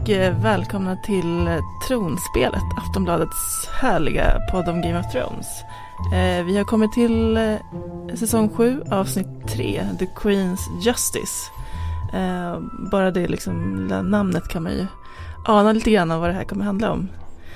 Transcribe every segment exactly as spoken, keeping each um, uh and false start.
och välkomna till Tronspelet, Aftonbladets härliga podd om Game of Thrones. Eh, vi har kommit till eh, säsong sju, avsnitt tre, The Queen's Justice. Eh, bara det liksom, namnet kan man ju ana lite grann av vad det här kommer handla om.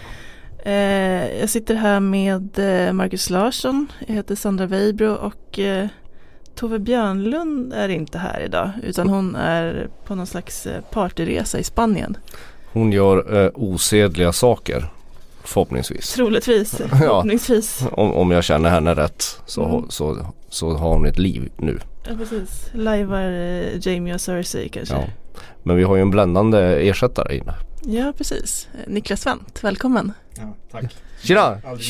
Eh, jag sitter här med eh, Marcus Larsson, jag heter Sandra Weibro och eh, Tove Björnlund är inte här idag, utan hon är på någon slags partyresa i Spanien. Hon gör eh, osedliga saker, förhoppningsvis. Troligtvis, förhoppningsvis. Ja, om, om jag känner henne rätt så, mm. så, så, så har hon ett liv nu. Ja, precis. Lajvar eh, Jamie och Cersei kanske. Ja. Men vi har ju en bländande ersättare inne. Ja, precis. Niklas Wendt, välkommen. Ja, tack. Tjena! Aldrig,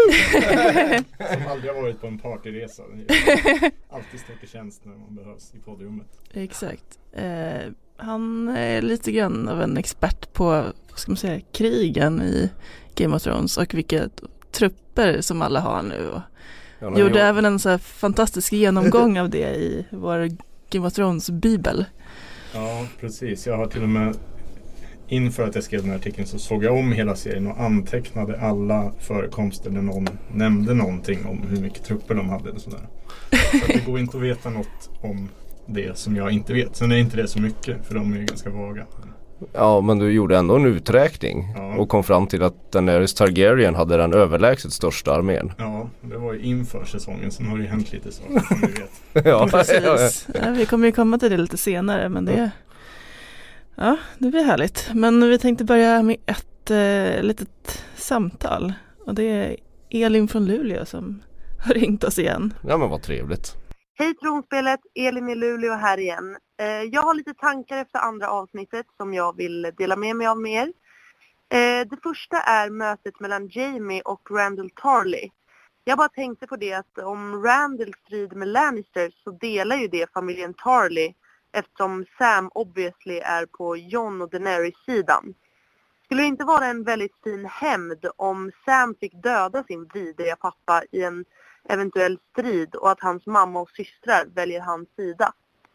som aldrig har varit på en partyresa. Alltid står till tjänst när man behövs i poddrummet. Exakt. Eh, han är lite grann av en expert på, vad ska man säga, krigen i Game of Thrones och vilka trupper som alla har nu. Och ja, gjorde jag... även en så här fantastisk genomgång av det i vår Game of Thrones-bibel. Ja, precis. Jag har till och med inför att jag skrev den här artikeln så såg jag om hela serien och antecknade alla förekomster där någon nämnde någonting om hur mycket trupper de hade och sådär. Så att det går inte att veta något om det som jag inte vet. Sen är inte det så mycket, för de är ju ganska vaga. Ja, men du gjorde ändå en uträkning ja. och kom fram till att Daenerys Targaryen hade den överlägset största armén. Ja, det var ju inför säsongen, sen har det ju hänt lite saker som vi vet. ja, precis. Ja, vi kommer ju komma till det lite senare, men det, ja, det blir härligt. Men vi tänkte börja med ett eh, litet samtal, och det är Elin från Luleå som har ringt oss igen. Ja, men vad trevligt. Hej Tronspelet, Elin i Luleå här igen. Jag har lite tankar efter andra avsnittet som jag vill dela med mig av med er. Det första är mötet mellan Jamie och Randyll Tarly. Jag bara tänkte på det att om Randyll strider med Lannister så delar ju det familjen Tarly, eftersom Sam obviously är på Jon och Daenerys sidan. Skulle det inte vara en väldigt fin hämnd om Sam fick döda sin vidriga pappa i en eventuell strid och att hans mamma och systrar väljer hans sida?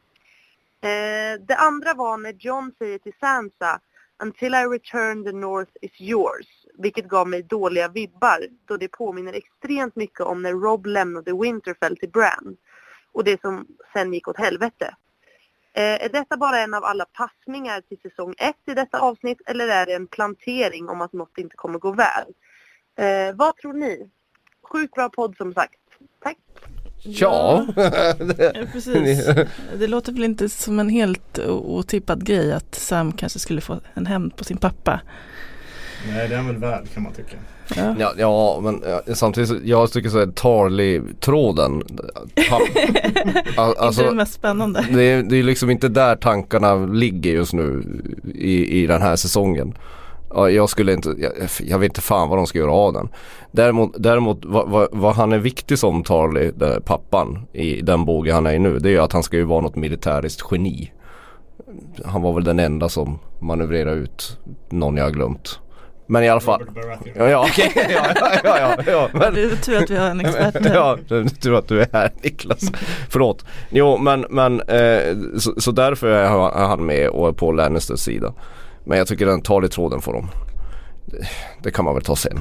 Eh, det andra var när Jon säger till Sansa "Until I return the North is yours", vilket gav mig dåliga vibbar då det påminner extremt mycket om när Robb lämnade Winterfell till Bran och det som sen gick åt helvete. Eh, är detta bara en av alla passningar till säsong ett i detta avsnitt, eller är det en plantering om att något inte kommer gå väl? Eh, vad tror ni? Sjukt bra podd som sagt. Tack. Ja, ja, precis. Det låter väl inte som en helt otippad grej att Sam kanske skulle få en hämnd på sin pappa. Nej, det är väl väl, kan man tycka. Ja, ja, ja men ja, samtidigt, jag tycker så är Tarly-tråden alltså, inte det mest spännande. Det är, det är liksom inte där tankarna ligger just nu i, i den här säsongen. Ja, jag skulle inte, jag, jag vet inte fan vad de ska göra av den. Däremot, däremot vad, vad, vad han är viktig som Tarly, där, pappan, i den båge han är i nu, det är ju att han ska ju vara något militäriskt geni. Han var väl den enda som manövrerade ut någon jag har glömt. Men i alla fall. Ja, ja, okej. Okay. Ja, ja, ja, ja, men det är tur att vi har en expert där. Ja, det är tur att du är här, Niklas. Förlåt. Jo, men, men eh, så, så därför är han med och är på Lannisters sida. Men jag tycker den tar i tråden för dem. Det, det kan man väl ta sen.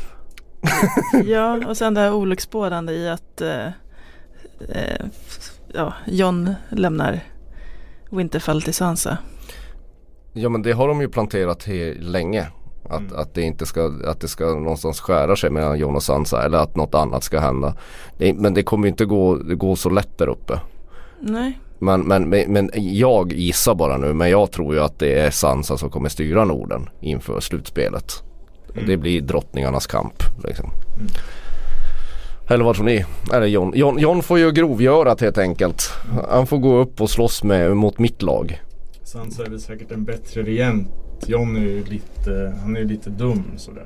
Ja, och sen det här olycksbådande i att eh, eh, ja, Jon lämnar Winterfell till Sansa. Ja, men det har de ju planterat he- länge. Att, mm. att, det inte ska, att det ska någonstans skära sig mellan Jon och Sansa, eller att något annat ska hända. Det, men det kommer ju inte gå, det går så lätt där uppe. Nej. Men, men, men jag gissar bara nu, men jag tror ju att det är Sansa som kommer styra Norden inför slutspelet. Mm. Det blir drottningarnas kamp liksom. Mm. Eller vad tror ni? Eller Jon, Jon, Jon får ju grovgörat helt enkelt. Mm. Han får gå upp och slåss med, mot mitt lag. Sansa är väl säkert en bättre regent. Jon är ju lite, han är ju lite dum sådär.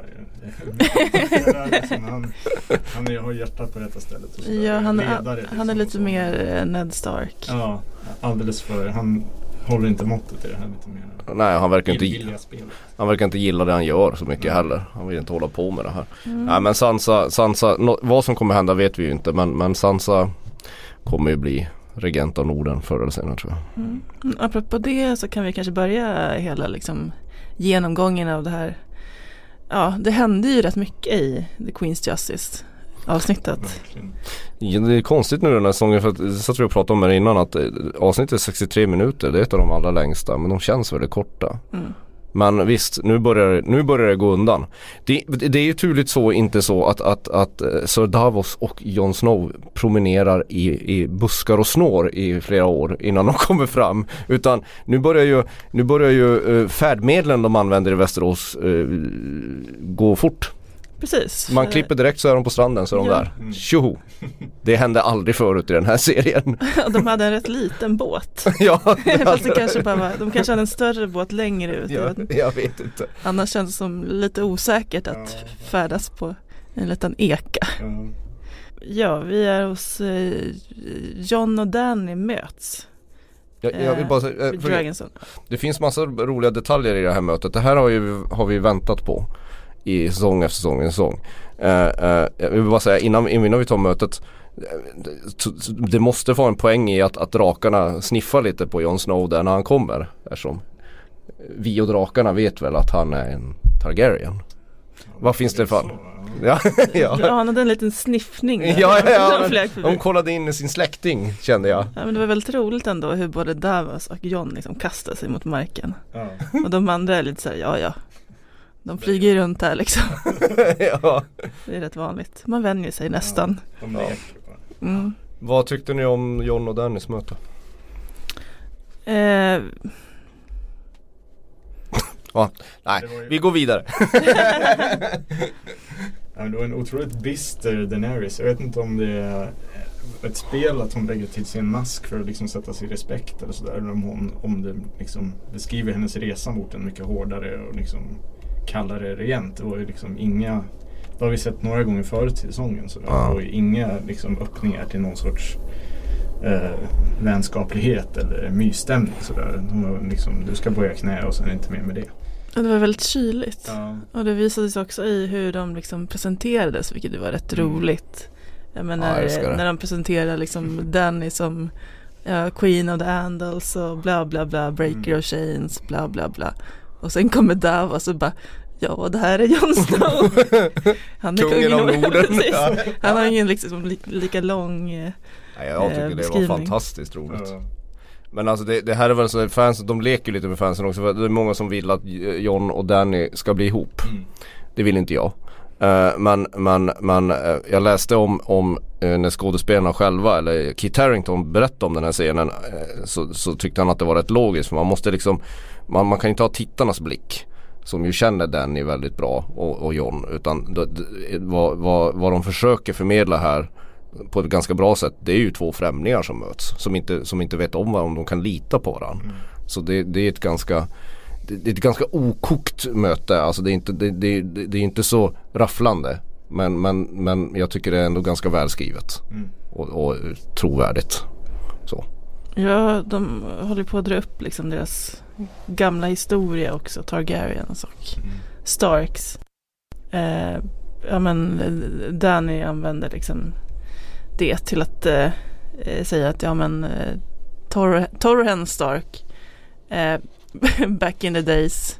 han han är, har hjärtat på rätta stället. Och ja, han, ledare, liksom, han är lite mer Ned Stark. Ja, alldeles för. Han håller inte måttet i det här lite mer. Nej, han verkar inte han verkar inte gilla det han gör så mycket mm. heller. Han vill inte hålla på med det här. Mm. Nej, men Sansa, Sansa no, vad som kommer hända vet vi ju inte, men, men Sansa kommer ju bli regent av Norden förr eller senare, tror jag. Mm. Apropå det så kan vi kanske börja hela liksom genomgången av det här. Ja, det hände ju rätt mycket i The Queen's Justice avsnittet. Ja, det är konstigt nu den här säsongen, för att så tror jag pratade om det innan, att avsnittet är sextiotre minuter, det är ett av de allra längsta, men de känns väldigt korta. Mm. Men visst, nu börjar, nu börjar det gå undan. Det, det är ju turligt så, inte så att, att, att Sir Davos och Jon Snow promenerar i, i buskar och snår i flera år innan de kommer fram. Utan nu börjar ju, nu börjar ju uh, färdmedlen de använder i Västerås uh, gå fort. Precis. Man klipper direkt så är de på stranden, så är de ja. där. Tjoho! Det hände aldrig förut i den här serien. De hade en rätt liten båt. Ja, fast det kanske bara var, de kanske hade en större båt längre ut. Ja, jag vet inte. Annars känns det som lite osäkert att ja. färdas på en liten eka. Ja, ja vi är hos eh, Jon och Dany möts. Jag, jag vill bara säga, eh, för, det finns massa roliga detaljer i det här mötet. Det här har, ju, har vi väntat på i säsong efter säsong efter säsong. Uh, uh, jag vill bara säga, innan, innan vi tar mötet, uh, det måste få en poäng i att, att drakarna sniffar lite på Jon Snow där när han kommer. Eftersom vi och drakarna vet väl att han är en Targaryen. Ja, vad finns det för? Så, ja. ja. ja, han hade en liten sniffning. Där. Ja, ja, ja, de kollade in i sin släkting, kände jag. Ja, men det var väldigt roligt ändå hur både Davos och Jon liksom kastade sig mot marken. Ja. Och de andra är lite så här, ja ja. De flyger runt här liksom. Ja. Det är rätt vanligt. Man vänjer sig nästan. Ja, de leker bara. Mm. Vad tyckte ni om Jon och Dannys möte? Eh... ja, nej, ju... vi går vidare. Ja, det var en otroligt bister Daenerys. Jag vet inte om det är ett spel att hon lägger till sin mask för att liksom sätta sig i respekt eller sådär. Eller om, hon, om det liksom beskriver hennes resa mot en mycket hårdare och liksom kallare regent. Det var ju liksom inga, det har vi sett några gånger förut i säsongen, så det var ju inga liksom öppningar till någon sorts eh, vänskaplighet eller mysstämning sådär. De var liksom, du ska börja knä och sen inte mer med det. Ja, det var väldigt kyligt. Ja. Och det visade sig också i hur de liksom presenterades, vilket var rätt mm. roligt. Jag menar, ja, när de presenterade liksom Dany som ja, Queen of the Andals och bla bla bla, Breaker mm. of Chains, bla bla bla. Och sen kommer Davos och bara, ja, det här är Jon Snow. Han är kungen av Norden. Ja. Han har ingen liksom li- lika lång eh, ja, jag tycker eh, det var fantastiskt roligt. Ja. Men alltså det, det här är väl så, fans, de leker lite med fansen också, för det är många som vill att Jon och Dany ska bli ihop. Mm. Det vill inte jag. Uh, men men, men uh, jag läste om, om uh, när skådespelarna själva, eller Kit Harington berättade om den här scenen, uh, så, så tyckte han att det var rätt logiskt, för man måste liksom man, man kan inte ha tittarnas blick som ju känner Dany väldigt bra och, och Jon, utan det, det, vad, vad, vad de försöker förmedla här på ett ganska bra sätt, det är ju två främlingar som möts, som inte, som inte vet om vad, om de kan lita på varandra. Mm. Så det, det är ett ganska det är ett ganska okokt möte, alltså det är inte, det, det, det är inte så rafflande, men, men, men jag tycker det är ändå ganska välskrivet mm. och, och trovärdigt. Så. Ja, de håller på att dra upp liksom deras gamla historia också, Targaryen och så. Mm. Starks. Eh, ja men Dany använder liksom det till att eh, säga att ja men eh, Tor- Torrhen Stark eh, back in the days.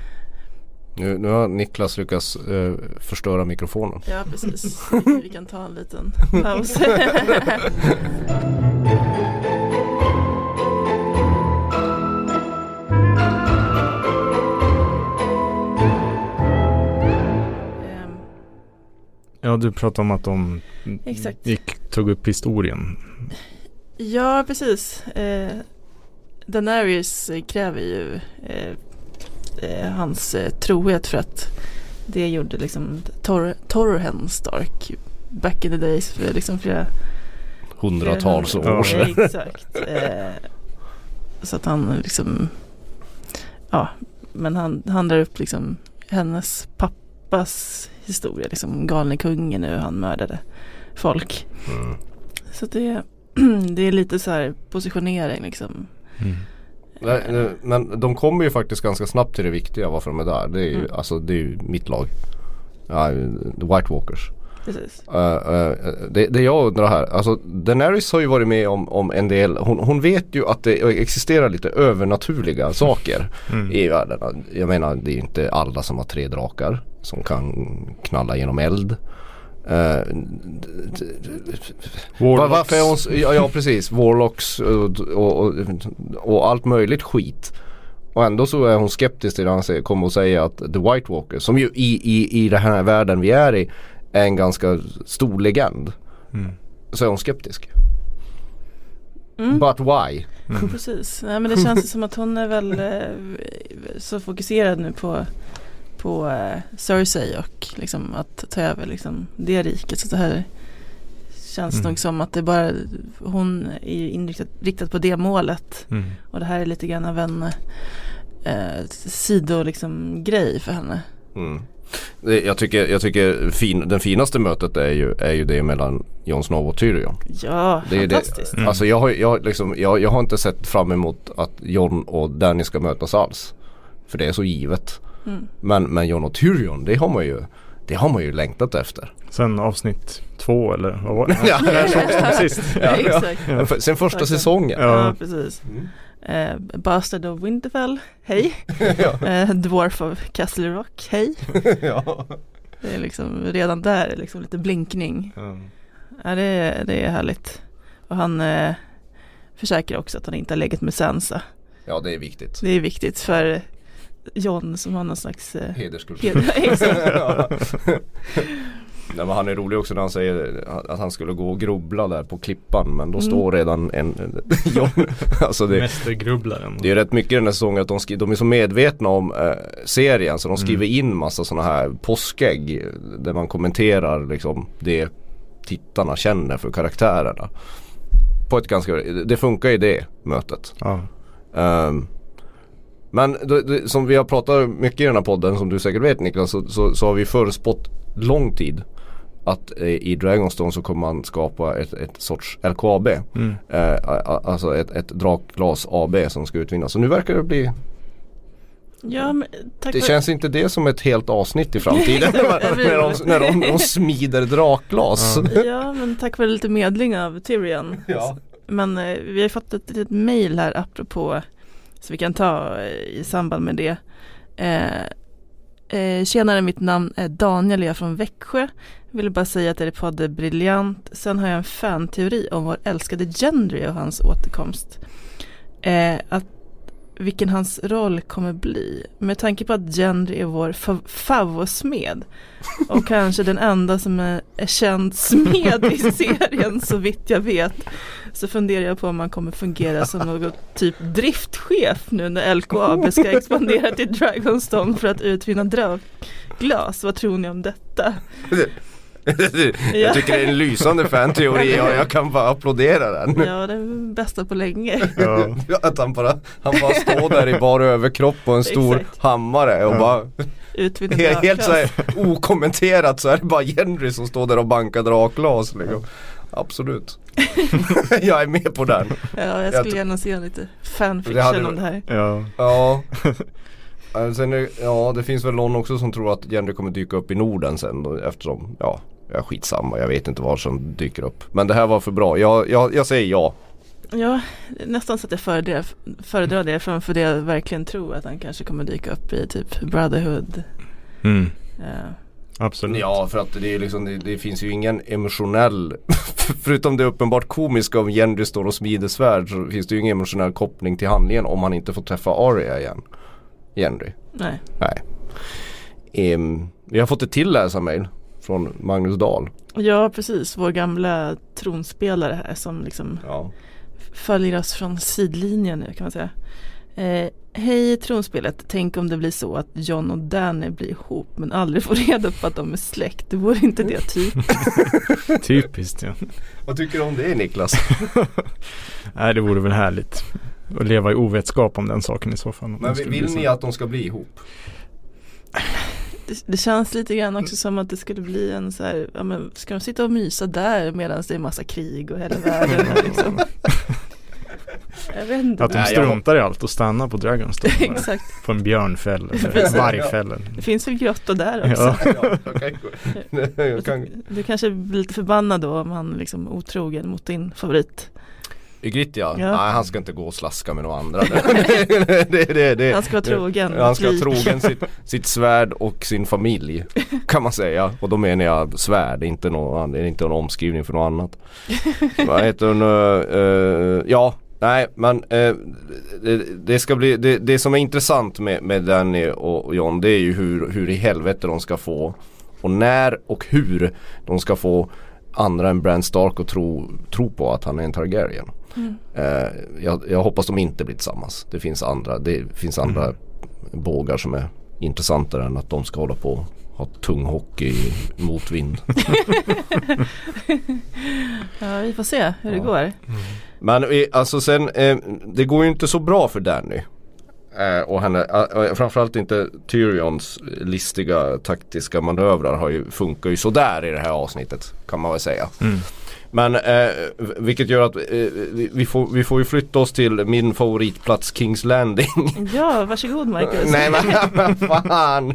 Nu, nu har Niklas lyckats eh, förstöra mikrofonen. Ja, precis. Vi kan ta en liten paus. Ja, du pratade om att de Exakt. gick, tog upp historien. Ja, precis. Eh, Daenerys kräver ju eh, eh, hans eh, trohet, för att det gjorde liksom Tor- Torrhen Stark back in the days för liksom flera hundratals flera, år sedan. Ja, exakt. Eh, så att han liksom ja, men han, han drar upp liksom hennes pappas historia, liksom galne kungen nu, han mördade folk. Mm. Så det, det är lite så här positionering liksom. Mm. Nej, men de kommer ju faktiskt ganska snabbt till det viktiga, varför de är där. Det är ju, mm. alltså, det är ju mitt lag. Ja, The White Walkers. Precis. Uh, uh, det, det jag undrar här, alltså Daenerys har ju varit med om, om en del, hon, hon vet ju att det existerar lite övernaturliga saker mm. i världen. Jag menar, det är inte alla som har tre drakar som kan knalla genom eld. Uh, var, varför är hon, ja, ja precis, Warlocks och, och, och, och allt möjligt skit. Och ändå så är hon skeptisk till när han kommer och säger att The White Walker, som ju i, i, i den här världen vi är i, är en ganska stor legend. Mm. Så är hon skeptisk. Mm. But why? Mm. Precis. Nej, men det känns som att hon är väl eh, så fokuserad nu på på eh, Cersei och liksom att ta över liksom det riket. Så det här känns mm. nog som att det bara hon är ju inriktad riktad på det målet. Mm. Och det här är lite grann av en eh, sido liksom grej för henne. Mm. Jag tycker, jag tycker fin, den finaste mötet är ju, är ju det mellan Jon Snow och Tyrion. Ja, det är fantastiskt. Det. Mm. Alltså jag har, jag, liksom, jag, jag har inte sett fram emot att Jon och Dany ska mötas alls. För det är så givet. Mm. Men, men Jon och Tyrion, det har man ju det har man ju längtat efter. Sen avsnitt två eller vad var det? Ja, det som sist. Ja, ja. Ja. Sen första Exakt. säsongen. Ja, ja precis. Mm. Uh, Bastard of Winterfell, hej. ja. uh, Dwarf of Castle Rock, hej. ja. Det är liksom redan där är liksom lite blinkning. Mm. Ja, det är, det är härligt. Och han uh, försäkrar också att han inte har legat med Sansa. Ja, det är viktigt. Det är viktigt för Jon som har någon slags uh, hederskultur. Heder, ja. Nej, men han är rolig också när han säger att han skulle gå och grubbla där på klippan, men då mm. står redan en, en Jon, alltså det, mästergrubblaren. Det är rätt mycket i den här säsongen att de, skri, de är så medvetna om eh, serien så de skriver mm. in massa såna här påskägg där man kommenterar liksom det tittarna känner för karaktärerna på ett ganska, det funkar i det mötet. Ja. Um, men det, det, som vi har pratat mycket i den här podden, som du säkert vet Niklas, så, så, så har vi förutspått lång tid att eh, i Dragonstone så kommer man skapa ett, ett sorts L K A B. Mm. Eh, alltså ett, ett drakglas A B som ska utvinnas. Så nu verkar det bli... Ja, men, tack det för... känns inte det som ett helt avsnitt i framtiden när, när, de, när de, de smider drakglas. Ja. ja, men tack vare lite medling av Tyrion. Ja. Men eh, vi har fått ett litet mejl här apropå, så vi kan ta eh, i samband med det. Eh, Eh, tjenare, mitt namn är Daniel, jag är från Växjö. Jag ville bara säga att er podd är briljant. Sen har jag en fan-teori om vår älskade Gendry och hans återkomst. Eh, att vilken hans roll kommer bli. Med tanke på att Gendry är vår fav- favosmed och kanske den enda som är, är känd smed i serien så vitt jag vet, så funderar jag på om man kommer fungera som något typ driftchef nu när L K A B ska expandera till Dragonstone för att utvinna dragglas. Vad tror ni om detta? Jag tycker det är en lysande fan-teori och jag kan bara applådera den. Ja, det är bästa på länge. Ja. Att han bara, han bara står där i bara överkropp och en stor Exakt. hammare och ja. bara helt, helt så här okommenterat så är det bara Gendry som står där och bankar drakglas liksom. Absolut. Jag är med på den. Ja, jag skulle jag gärna se lite fanfiction hade... om det här. Ja. Ja. Sen är, ja, det finns väl någon också som tror att Gendry kommer dyka upp i Norden sen då, eftersom, ja, jag är skitsamma, jag vet inte vad som dyker upp. Men det här var för bra, jag, jag, jag säger ja. Ja, nästan så att jag föredrar, föredrar det framför det jag verkligen tror att han kanske kommer dyka upp i typ Brotherhood. Mm. Ja. Absolut. Ja, för att det, är liksom, det, det finns ju ingen emotionell förutom det uppenbart komiska om Gendry står och smider svärd, så finns det ju ingen emotionell koppling till handlingen om han inte får träffa Arya igen. Gendry. Nej. Nej. Um, vi har fått ett till läsarmail från Magnus Dahl. Ja, precis. Vår gamla tronspelare här som liksom ja. följer oss från sidlinjen nu kan man säga. Eh, Hej tronspelet, tänk om det blir så att Jon och Dany blir ihop men aldrig får reda på att de är släkt. Det vore inte det typiskt. Typiskt, ja. Vad tycker du om det, Niklas? Nej, det vore väl härligt att leva i ovetskap om den saken i så fall. Men vill ni att de ska bli ihop? Det, det känns lite grann också som att det skulle bli en så här, ja, men ska de sitta och mysa där medan det är massa krig och hela världen här, liksom. Jag vet inte. Att de Nej, struntar jag... i allt och stannar på Dragonstone. Exakt. På en björnfäll eller vargfällen. Det finns väl grottor där också. Ja. Ja, jag kan, jag kan... Du kanske blir lite förbannad då om han liksom otrogen mot din favorit. Ygritte, ja. Ja. Nej, han ska inte gå och slaska med några andra. det, det, det, det. Han ska vara trogen. Ja, han ska vara Fly. trogen sitt, sitt svärd och sin familj, kan man säga. Och då menar jag svärd, inte någon, det är inte någon omskrivning för något annat. Vad heter hon? Uh, uh, ja, nej, men uh, det, det ska bli det, det som är intressant med, med Dany och Jon, det är ju hur, hur i helvete de ska få, och när och hur de ska få andra än Bran Stark att tro, tro på att han är en Targaryen. Mm. Uh, jag, jag hoppas de inte blir tillsammans. Det finns andra, det finns andra mm. bågar som är intressantare än att de ska hålla på och ha tung hockey mot vind. Ja, vi får se hur det ja. går. Mm. Men vi, alltså sen, eh, det går ju inte så bra för Dany. Eh, och henne, eh, framförallt inte Tyrions listiga taktiska manövrar har ju, funkar ju sådär i det här avsnittet, kan man väl säga. Mm. Men eh, vilket gör att eh, vi, får, vi får ju flytta oss till min favoritplats, Kings Landing. Ja, varsågod Marcus. Nej men fan.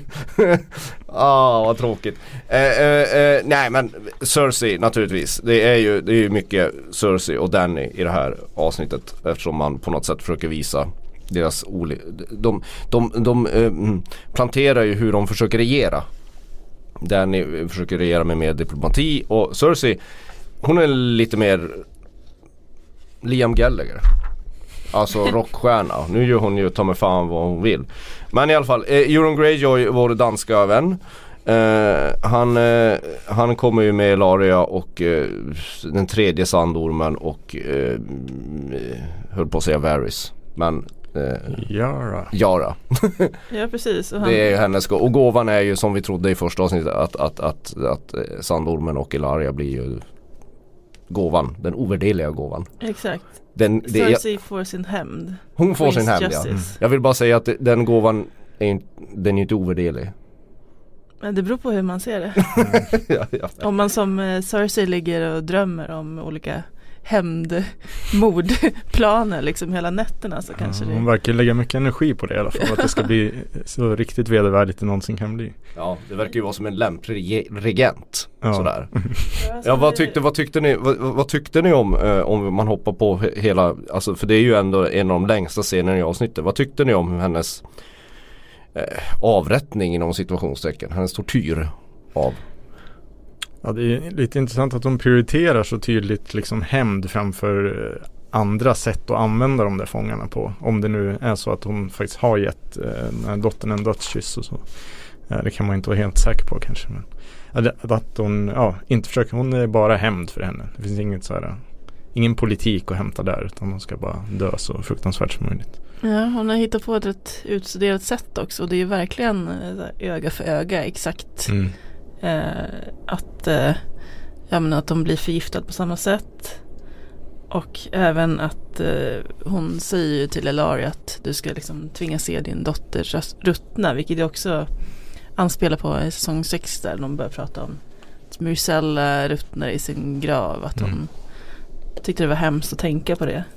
Ah, vad tråkigt. Eh, eh, eh, nej men Cersei naturligtvis. Det är ju det är ju mycket Cersei och Dany i det här avsnittet, eftersom man på något sätt försöker visa deras olika, de, de, de, de eh, planterar ju hur de försöker regera. Dany försöker regera med mer diplomati, och Cersei, hon är lite mer Liam Gallagher. Alltså rockstjärna. Nu gör hon ju ta med fan vad hon vill. Men i alla fall, eh, Euron Greyjoy, vår danska vän. Eh, han, eh, han kommer ju med Laria och eh, den tredje sandormen och eh, höll på att säga Varys. Men eh, Yara. Yara. Ja, precis. Och han... Det är hennes gå- och gåvan är ju som vi trodde i första avsnittet att, att, att, att, att sandormen och Ilaria blir ju gåvan, den ovärdeliga gåvan. Exakt. Den, det Cersei är, får sin hämnd. hon får Queen's sin hämnd, ja. Mm. Jag vill bara säga att den gåvan är inte, den är inte ovärdelig. Men det beror på hur man ser det. ja, ja. Om man som eh, Cersei ligger och drömmer om olika hämndmordplaner liksom hela nätterna, så kanske ja, det... Hon verkar lägga mycket energi på det i alla fall, att det ska bli så riktigt vedervärdigt det någonsin kan bli. Ja, det verkar ju vara som en lämplig regent. Ja. Sådär. Ja, vad tyckte, vad tyckte ni, vad, vad tyckte ni om eh, om man hoppar på he- hela, alltså för det är ju ändå en av de längsta scenerna i avsnittet. Vad tyckte ni om hennes eh, avrättning inom situationstecken, hennes tortyr av? Ja, det är lite intressant att de prioriterar så tydligt liksom hämnd framför andra sätt att använda de där fångarna på. Om det nu är så att hon faktiskt har gett eh, den här dottern en dödskyss och så. Ja, det kan man inte vara helt säker på kanske. Men att, att hon ja, inte försöker, hon är bara hämnd för henne. Det finns inget så här, ingen politik att hämta där, utan hon ska bara dö så fruktansvärt som möjligt. Ja, hon har hittat på ett rätt utstuderat sätt också. Det är ju verkligen öga för öga exakt. Mm. Eh, att, eh, ja, men att de blir förgiftade på samma sätt, och även att eh, hon säger till Ellaria att du ska liksom tvinga se din dotter ruttna, vilket det också anspelar på i säsong sex där de börjar prata om att Myrcella ruttnar i sin grav, att mm. de tyckte det var hemskt att tänka på det.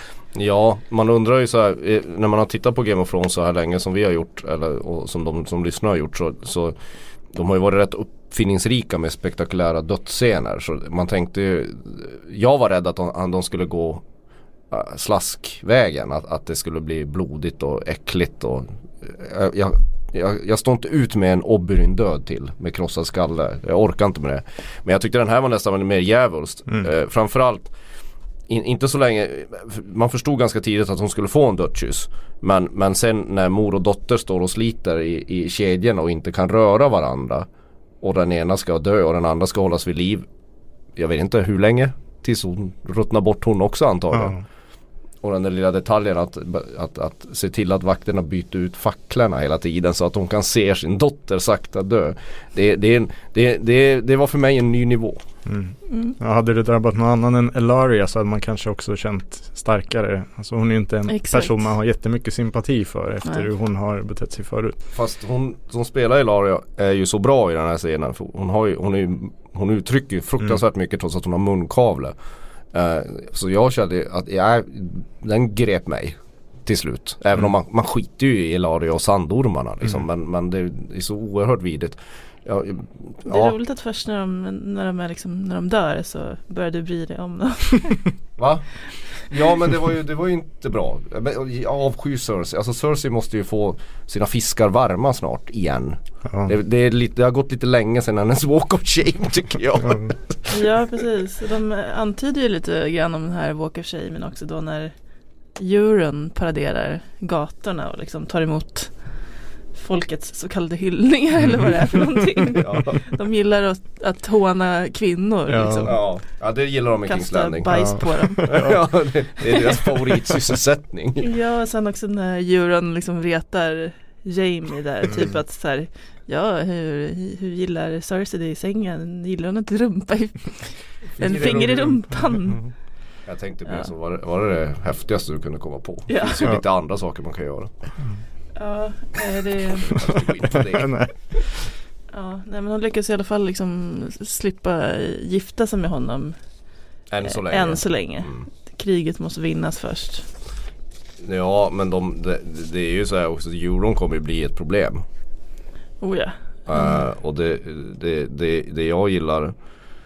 Ja, man undrar ju så här, när man har tittat på Game of Thrones så här länge som vi har gjort, eller och som de som lyssnar har gjort, så, så de har ju varit rätt uppfinningsrika med spektakulära dödsscener. Så man tänkte ju, jag var rädd att de, de skulle gå äh, slaskvägen, att, att det skulle bli blodigt och äckligt. Och, äh, jag, jag, jag står inte ut med en Oberyn död till med krossad skalle. Jag orkar inte med det. Men jag tyckte den här var nästan mer djävulskt. Mm. Äh, framförallt In, inte så länge, man förstod ganska tidigt att hon skulle få en dödskyss, men, men sen när mor och dotter står och sliter i, i kedjan och inte kan röra varandra, och den ena ska dö och den andra ska hållas vid liv, jag vet inte hur länge, tills hon ruttnar bort hon också antagligen. Mm. Och den där lilla detaljen att, att, att se till att vakterna byter ut facklarna hela tiden så att hon kan se sin dotter sakta dö. Det, det, det, det, det var för mig en ny nivå. Mm. Mm. Ja, hade det drabbat någon annan än Ellaria så hade man kanske också känt starkare. Alltså hon är inte en Exakt. person man har jättemycket sympati för efter Nej. hur hon har betett sig förut. Fast hon som spelar Ellaria är ju så bra i den här scenen. Hon, har ju, hon, är ju, hon uttrycker ju fruktansvärt mm. mycket trots att hon har munkavle. Uh, så jag kände att jag, den grep mig till slut. Även mm. om man, man skiter ju i Elaria och sandormarna liksom, mm. men, men det är så oerhört vidigt. Ja, ja. Det är roligt att först när de, när de, är liksom, när de dör så börjar du bry dig om dem. Va? Ja, men det var ju, det var ju inte bra. Jag avskyr Cersei. Alltså Cersei måste ju få sina fiskar varma snart igen. Ja. Det, det, är lite, det har gått lite länge sedan hennes walk of shame, tycker jag. Ja, precis. De antyder ju lite grann om den här walk of shame, men också då när Euron paraderar gatorna och liksom tar emot folkets så kallade hyllningar eller vad det är för någonting. Ja. De gillar att, att håna kvinnor. Ja. Liksom. Ja. Ja, det gillar de i King's Landing. Kasta bajs ja. på dem. Ja, det, det är deras favoritsysselsättning. Ja, och sen också när Euron liksom retar Jaime där. Typ att så här, ja, hur, hur gillar Cersei det i sängen? Gillar hon inte rumpa i, en finger i rumpan? Jag tänkte mer ja. så, var det, var det det häftigaste du kunde komma på? Ja. Det finns ju lite andra saker man kan göra. Ja, det... det. Ja, nej, men hon lyckas i alla fall liksom slippa gifta sig med honom. Än så länge. Än så länge. Mm. Kriget måste vinnas först. Ja, men de, det, det är ju så här också, Euron kommer ju bli ett problem. Oh ja. Mm. Uh, och det, det, det, det jag gillar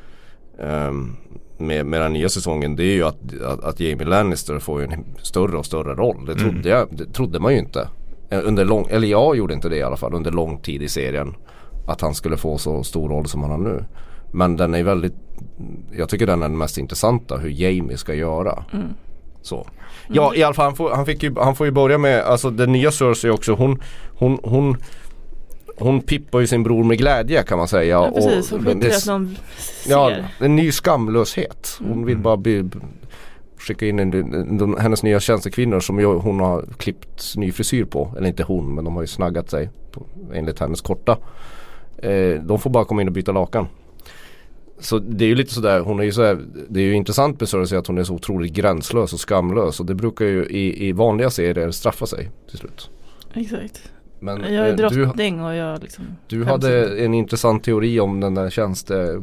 um, med, med den nya säsongen, det är ju att, att, att Jaime Lannister får en större och större roll. Det trodde, mm. jag, det trodde man ju inte. Under lång, eller jag gjorde inte det i alla fall under lång tid i serien, att han skulle få så stor roll som han har nu. Men den är väldigt, jag tycker den är den mest intressanta, hur Jaime ska göra. Mm. Så. Ja, i alla fall han får, han fick ju, han får ju börja med, alltså den nya Cersei också, hon hon hon hon pippar ju sin bror med glädje, kan man säga. Ja, precis, hon skiter att någon ser. Ja, en ny skamlöshet. Hon mm. vill bara bli, skicka in en, en, en, hennes nya tjänstekvinnor som jag, hon har klippt ny frisyr på. Eller inte hon, men de har ju snaggat sig på, enligt hennes korta. Eh, de får bara komma in och byta lakan. Så det är ju lite sådär, hon är ju sådär, det är ju intressant med Cersei att hon är så otroligt gränslös och skamlös. Och det brukar ju i, i vanliga serier straffa sig till slut. Exakt. Men, jag är drottning du, och jag liksom... Du hade en intressant teori om den där tjänste...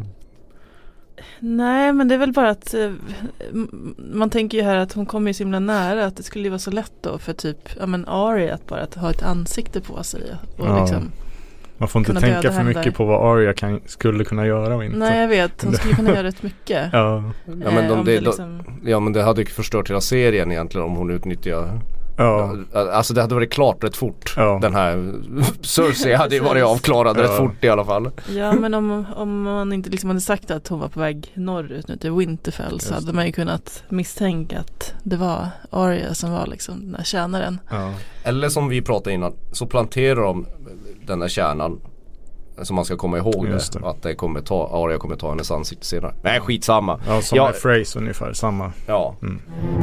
Nej, men det är väl bara att eh, man tänker ju här att hon kommer ju så himla nära, att det skulle ju vara så lätt då för typ, ja men Arya att bara att ha ett ansikte på sig och ja. liksom man får inte tänka för mycket där. På vad Arya kan, skulle kunna göra och inte. Nej, jag vet, hon skulle kunna göra rätt mycket. Ja. Ja, men de, det, det liksom... ja, men det hade ju förstört hela serien egentligen om hon utnyttjar. Ja. Alltså det hade varit klart rätt fort. Ja. Den här Cersei hade ju varit avklarad ja. rätt fort i alla fall. Ja, men om, om man inte liksom hade sagt att hon var på väg norrut nu till Winterfell, så hade man ju kunnat misstänka att det var Arya som var liksom den här tjänaren. Ja. Eller som vi pratade innan, så planterar de den här kärnan som man ska komma ihåg det, det. Att det kommer ta, Arya kommer ta hennes ansikte senare. Nej, skitsamma. Ja, som ja. med Phrase ungefär, samma. Ja. Mm.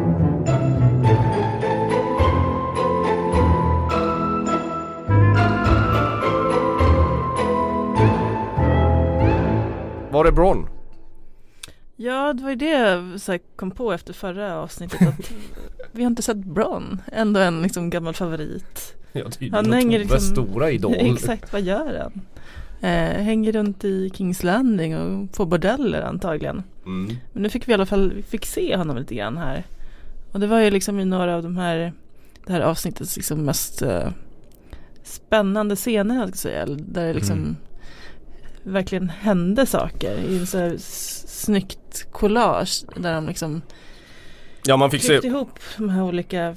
Var det Bronn? Ja, det var ju det jag så här, kom på efter förra avsnittet, att vi har inte sett Bronn. Ändå en liksom gammal favorit. Ja, det är han hänger liksom, stora idol. Exakt, vad gör han? Eh, hänger runt i King's Landing och får bordeller antagligen. Mm. Men nu fick vi i alla fall vi fick se honom lite grann här. Och det var ju liksom i några av de här det här avsnittets liksom mest eh, spännande scener, jag ska säga, där det liksom mm. verkligen hände saker i en så här snyggt collage där de liksom ja, man fick se ihop de här olika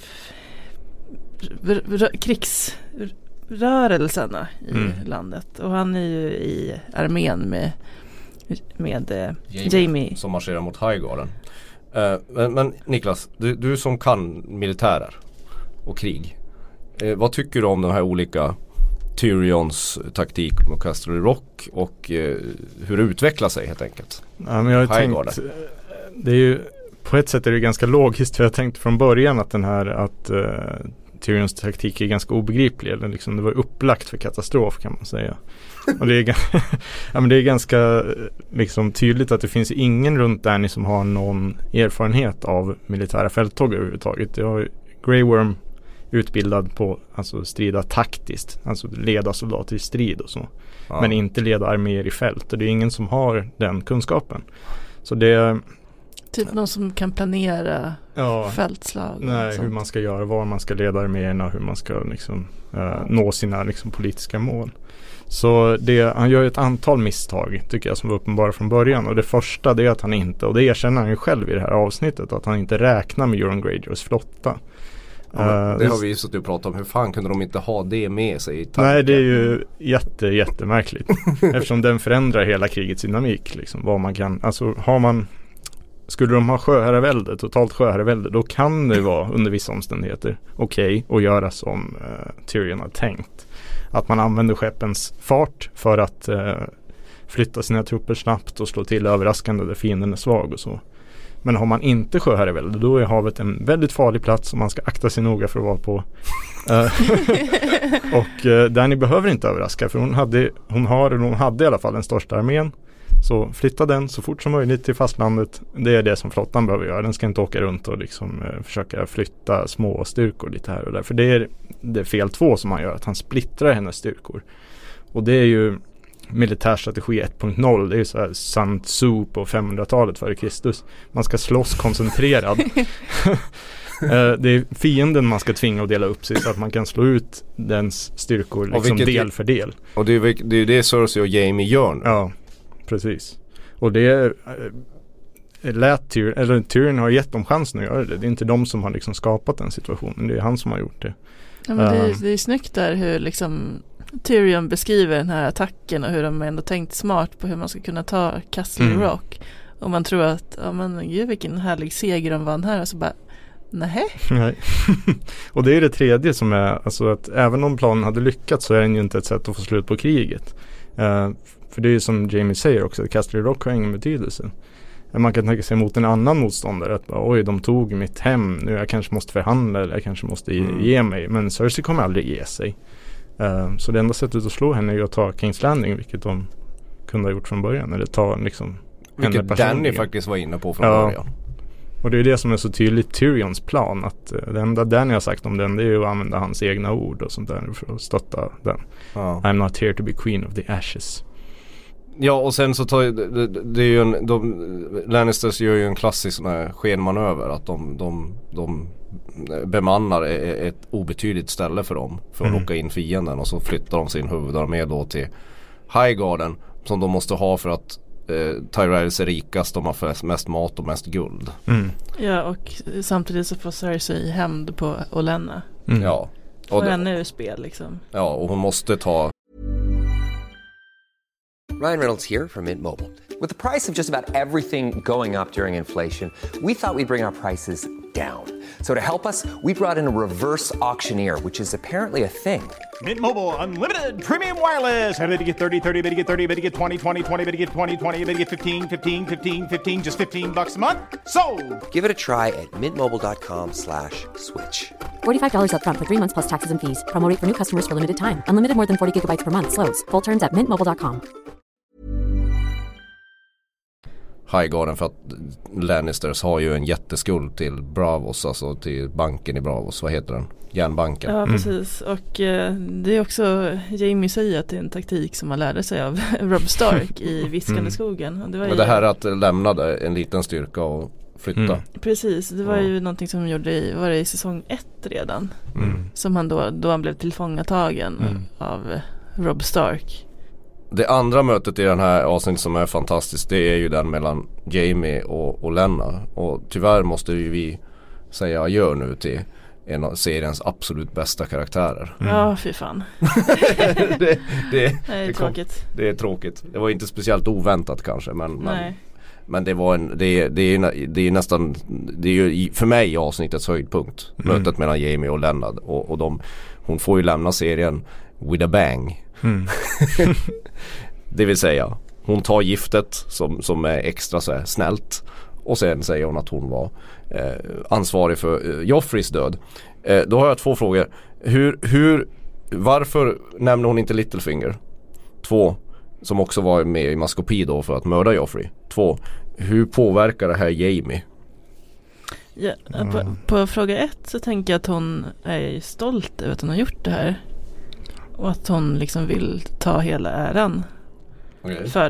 krigsrörelserna i mm. landet. Och han är ju i armén med med uh, Jaime, Jaime som marscherar mot Highgarden. Uh, men, men Niklas, du, du som kan militärer och krig, uh, vad tycker du om de här olika Tyrions taktik med Casterly Rock och uh, hur det utvecklar sig helt enkelt? Ja, men jag har tänkt, det är ju på ett sätt är det ganska logiskt, för jag tänkte från början att den här att uh, Tyrions taktik är ganska obegriplig, eller liksom det var upplagt för katastrof, kan man säga. Och det är, ja, men det är ganska liksom tydligt att det finns ingen runt Dany som har någon erfarenhet av militära fälttåg överhuvudtaget. Jag har Grey Worm utbildad på alltså strida taktiskt, alltså leda soldater i strid och så. Ja. Men inte leda arméer i fält, och det är ingen som har den kunskapen. Så det Typ någon som kan planera ja, fältslag. Nej, hur man ska göra, var man ska leda arméerna, hur man ska liksom, uh, nå sina liksom, politiska mål. Så det, han gör ett antal misstag tycker jag som var uppenbara från början. Och det första det är att han inte, och det erkänner han ju själv i det här avsnittet, att han inte räknar med Euron Greyjoys flotta. Ja, uh, det har vi ju suttit och pratat om. Hur fan kunde de inte ha det med sig i tanken? Nej, det är ju jätte, jättemärkligt. Eftersom den förändrar hela krigets dynamik. Liksom, vad man kan, alltså har man... Skulle de ha sjöherravälde, totalt sjöherravälde, då kan det vara under vissa omständigheter okej okay att göra som uh, Tyrion har tänkt. Att man använder skeppens fart för att uh, flytta sina trupper snabbt och slå till överraskande där fienden är svag och så. Men har man inte sjöherravälde, då är havet en väldigt farlig plats som man ska akta sig noga för att vara på. Uh, och uh, Dany behöver inte överraska, för hon hade, hon har, hon hade i alla fall den största armén. Så flytta den så fort som möjligt till fastlandet. Det är det som flottan behöver göra. Den ska inte åka runt och liksom, eh, försöka flytta små styrkor lite här och där. För det är det är fel två som han gör. Att han splittrar hennes styrkor. Och det är ju militärstrategi ett punkt noll. Det är ju så här Sun Tzu på femhundratalet före Kristus. Man ska slåss koncentrerad. Det är fienden man ska tvinga att dela upp sig så att man kan slå ut dens styrkor liksom del för del. Och det är ju det, det Cersei och Jaime gör nu. Ja. Precis. Och det äh, lät Tyrion, eller Tyrion har gett dem chansen att göra det. Det är inte de som har liksom skapat den situationen. Det är han som har gjort det. Ja, men det, är, det är snyggt där hur liksom Tyrion beskriver den här attacken och hur de ändå tänkt smart på hur man ska kunna ta Castle mm. Rock. Och man tror att, ja men gud vilken härlig seger de vann här. Och så bara, nej. Nej. Och det är det tredje som är, alltså att även om planen hade lyckats så är det ju inte ett sätt att få slut på kriget. Uh, För det är ju som Jaime säger också, att Castle Rock har ingen betydelse. Man kan tänka sig mot en annan motståndare att oj, de tog mitt hem, nu jag kanske måste förhandla eller jag kanske måste mm. ge mig. Men Cersei kommer aldrig ge sig. Uh, så det enda sättet att slå henne är ju att ta King's Landing, vilket de kunde ha gjort från början. Eller ta liksom vilket Dany faktiskt var inne på från ja. början. Och det är det som är så tydligt Tyrions plan. Att uh, det enda Dany har sagt om den, det är ju att använda hans egna ord och sånt där för att stötta den. Ja. I'm not here to be queen of the ashes. Ja, och sen så tar det, det är ju en, de, Lannisters gör ju en klassisk sån här skenmanöver att de, de, de bemannar ett obetydligt ställe för dem för att mm. locka in fienden, och så flyttar de sin huvudarmé då till Highgarden som de måste ha för att eh, Tyrells är rikast, de har mest mat och mest guld. Mm. Ja, och samtidigt så får Cersei hämnd på Olenna. Mm. Ja. Och får henne ur spel liksom. Ja, och hon måste ta... Ryan Reynolds here from Mint Mobile. With the price of just about everything going up during inflation, we thought we'd bring our prices down. So to help us, we brought in a reverse auctioneer, which is apparently a thing. Mint Mobile Unlimited Premium Wireless. How to get thirty, thirty, how to get thirty, how to get twenty, twenty, twenty, how to get twenty, twenty, how to get fifteen, fifteen, fifteen, fifteen, just fifteen bucks a month? Sold! Give it a try at mintmobile.com slash switch. forty-five dollars up front for three months plus taxes and fees. Promo rate for new customers for limited time. Unlimited more than forty gigabytes per month. Slows full terms at mint mobile dot com. Highgarden, för att Lannisters har ju en jätteskuld till Bravos, alltså till banken i Bravos, vad heter den? Järnbanken. Ja, precis. Mm. Och eh, det är också, Jaime säger att det är en taktik som man lärde sig av Robb Stark i Viskande mm. skogen. Och det var Men ju... det här att lämna en liten styrka och flytta. Mm. Precis, det var ja. ju någonting som gjorde i, var det i säsong ett redan. Mm. Som han då, då han blev tillfångatagen mm. av Robb Stark. Det andra mötet i den här avsnittet som är fantastiskt, det är ju den mellan Jaime och, och Länna. Och tyvärr måste ju vi säga adjö nu till en av seriens absolut bästa karaktärer. Mm. Ja, fy fan. det, det, det är det tråkigt. Kom, det är tråkigt. Det var inte speciellt oväntat kanske, men, men, men det var en, det, det, är, det är nästan, det är ju för mig avsnittets höjdpunkt. Mm. Mötet mellan Jaime och Länna. Och, och de, hon får ju lämna serien with a bang. Mm. Det vill säga, hon tar giftet som, som är extra så här snällt, och sen säger hon att hon var eh, ansvarig för eh, Joffreys död. Eh, då har jag två frågor. Hur, hur, varför nämner hon inte Littlefinger? Två, som också var med i maskopi då för att mörda Joffrey. Två, hur påverkar det här Jaime? Ja, på, på fråga ett så tänker jag att hon är stolt över att hon har gjort det här. Och att hon liksom vill ta hela äran okay. för det.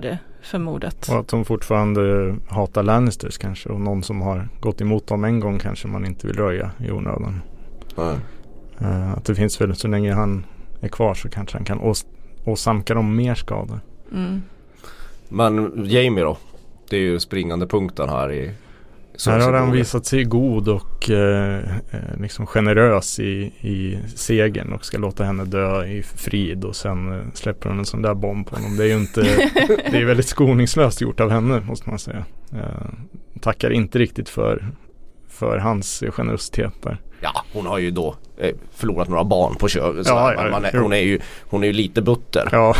för mordet. Och att de fortfarande hatar Lannisters kanske, och någon som har gått emot dem en gång kanske man inte vill röja i onödan. Mm. Uh, att det finns väl, så länge han är kvar så kanske han kan ås- åsamka dem mer skador. Mm. Men Jaime då? Det är ju springande punkten här i här har han visat sig god och eh, liksom generös i, i segern och ska låta henne dö i frid, och sen eh, släpper hon en sån där bomb på honom. Det är ju inte, det är väldigt skoningslöst gjort av henne, måste man säga. Eh, tackar inte riktigt för, för hans generositet där. Ja, hon har ju då eh, förlorat några barn på kö. Ja, ja, man är, hon, är ju, hon är ju lite butter. Ja.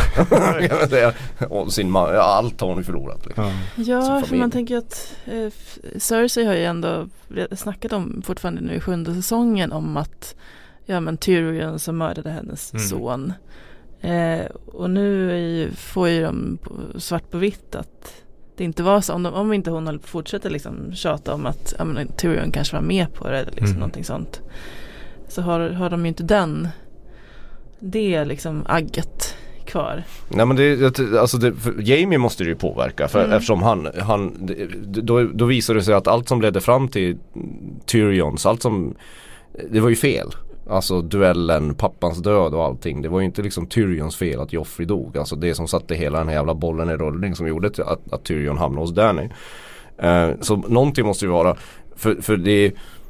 Och sin man, ja, allt har hon ju förlorat. Liksom. Ja, för man tänker att eh, Cersei har ju ändå snackat om fortfarande nu i sjunde säsongen om att ja, men Tyrion som mördade hennes mm. son. Eh, och nu är ju, får ju de svart på vitt att det inte var så. Om, de, om inte hon fortsätter liksom tjata om att ja, men, Tyrion kanske var med på det eller liksom mm. någonting sånt, så har, har de ju inte den det liksom agget kvar. Nej, men det, alltså det, Jaime måste det ju påverka för, mm. eftersom han, han då, då visar det sig att allt som ledde fram till Tyrions, allt som, det var ju fel. Alltså duellen, pappans död och allting. Det var ju inte liksom Tyrions fel att Joffrey dog. Alltså det som satte hela den här jävla bollen i rullning som gjorde att, att Tyrion hamnade hos Dany. Eh, så någonting måste ju vara, för, för det,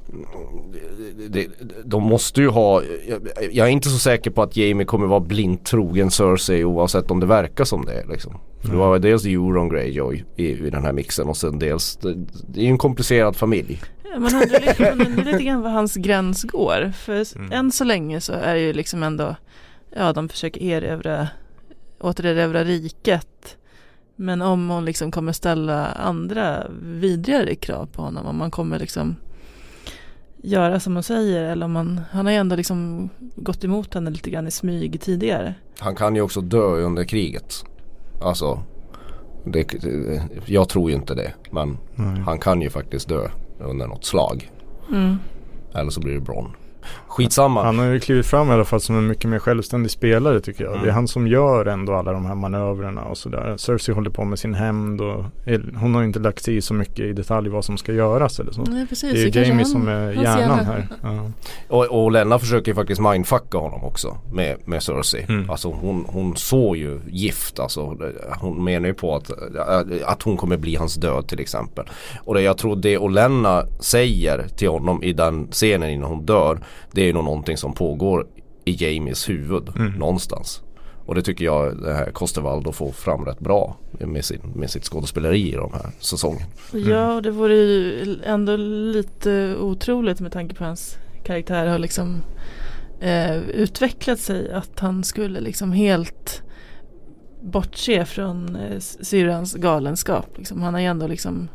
det, de måste ju ha, jag, jag är inte så säker på att Jaime kommer vara blind trogen Cersei oavsett om det verkar som det är liksom. För det var dels Euron Greyjoy i, i den här mixen, och sen dels det, det är ju en komplicerad familj. Man undrar lite, man undrar lite grann var hans gräns går. För mm. än så länge så är det ju liksom ändå, ja, de försöker erövra, återerövra riket. Men om hon liksom kommer ställa andra vidrigare krav på honom, om man kommer liksom göra som hon säger, eller om man, han har ju ändå liksom gått emot henne lite grann i smyg tidigare. Han kan ju också dö under kriget. Alltså, det, jag tror ju inte det, men mm. han kan ju faktiskt dö under något slag. Mm. Eller så blir det Bronn. Skitsamma. Han har ju klivit fram i alla fall som en mycket mer självständig spelare, tycker jag. Mm. Det är han som gör ändå alla de här manövrerna och sådär. Cersei håller på med sin hämnd och hon har inte lagt sig i så mycket i detalj vad som ska göras eller så. Nej, precis. Det är ju Jaime han, som är hjärnan här. Ja. Och, och Lena försöker ju faktiskt mindfucka honom också med, med Cersei. Mm. Alltså hon, hon såg ju gift. Alltså, hon menar ju på att, att hon kommer bli hans död till exempel. Och det jag tror det Olenna säger till honom i den scenen innan hon dör, det är nog någonting som pågår i Jaimes huvud mm. någonstans. Och det tycker jag det här Costervaldo får fram rätt bra med, sin, med sitt skådespeleri i de här säsongen. Mm. Ja, och det vore ju ändå lite otroligt med tanke på hans karaktär har liksom eh, utvecklat sig, att han skulle liksom helt bortse från eh, syrrans galenskap. Liksom. Han har ju ändå liksom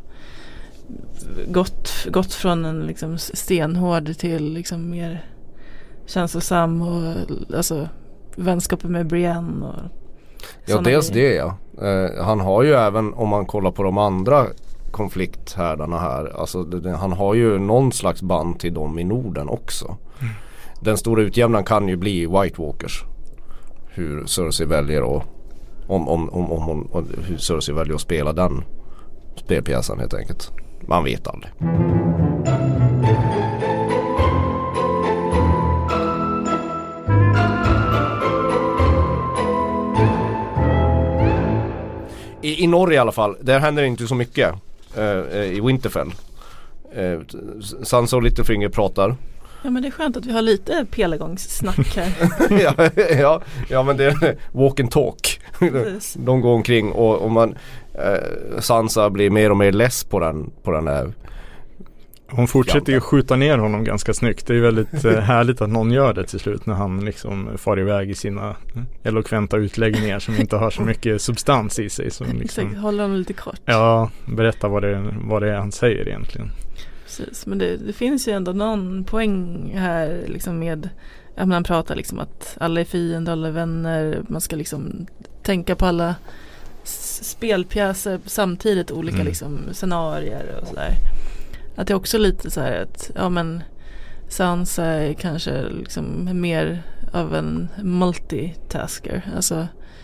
gått, gått från en liksom stenhård till liksom mer känslosam och alltså vänskapen med Brienne och ja, dels det ja. Eh, han har ju även, om man kollar på de andra konflikthärdarna här, alltså det, det, han har ju någon slags band till dem i Norden också. Mm. Den stora utjämnaren kan ju bli White Walkers. Hur Cersei väljer och om, om, om, om hon, hur Cersei väljer att spela den spelpjäsen helt enkelt. Man vet aldrig. I, I Norge i alla fall, där händer inte så mycket eh, i Winterfell. Eh, Sansa och Littlefinger pratar. Ja, men det är skönt att vi har lite pelagångssnack här. ja, ja, ja, men det är walk and talk. De går omkring och, och man eh, Sansa blir mer och mer less på den, på den där. Hon fortsätter ju skjuta ner honom ganska snyggt. Det är väldigt eh, härligt att någon gör det till slut när han liksom far iväg i sina elokventa utläggningar som inte har så mycket substans i sig. Så liksom, exakt, håller honom lite kort. Ja, berätta vad det, vad det är han säger egentligen. Precis, men det, det finns ju ändå någon poäng här liksom med att man pratar liksom att alla är fiender, alla är vänner, man ska liksom tänka på alla spelpjäser samtidigt, olika mm. liksom scenarier och sådär. Att det är också lite så här att ja, men Sansa är kanske liksom mer av en multitasker, alltså.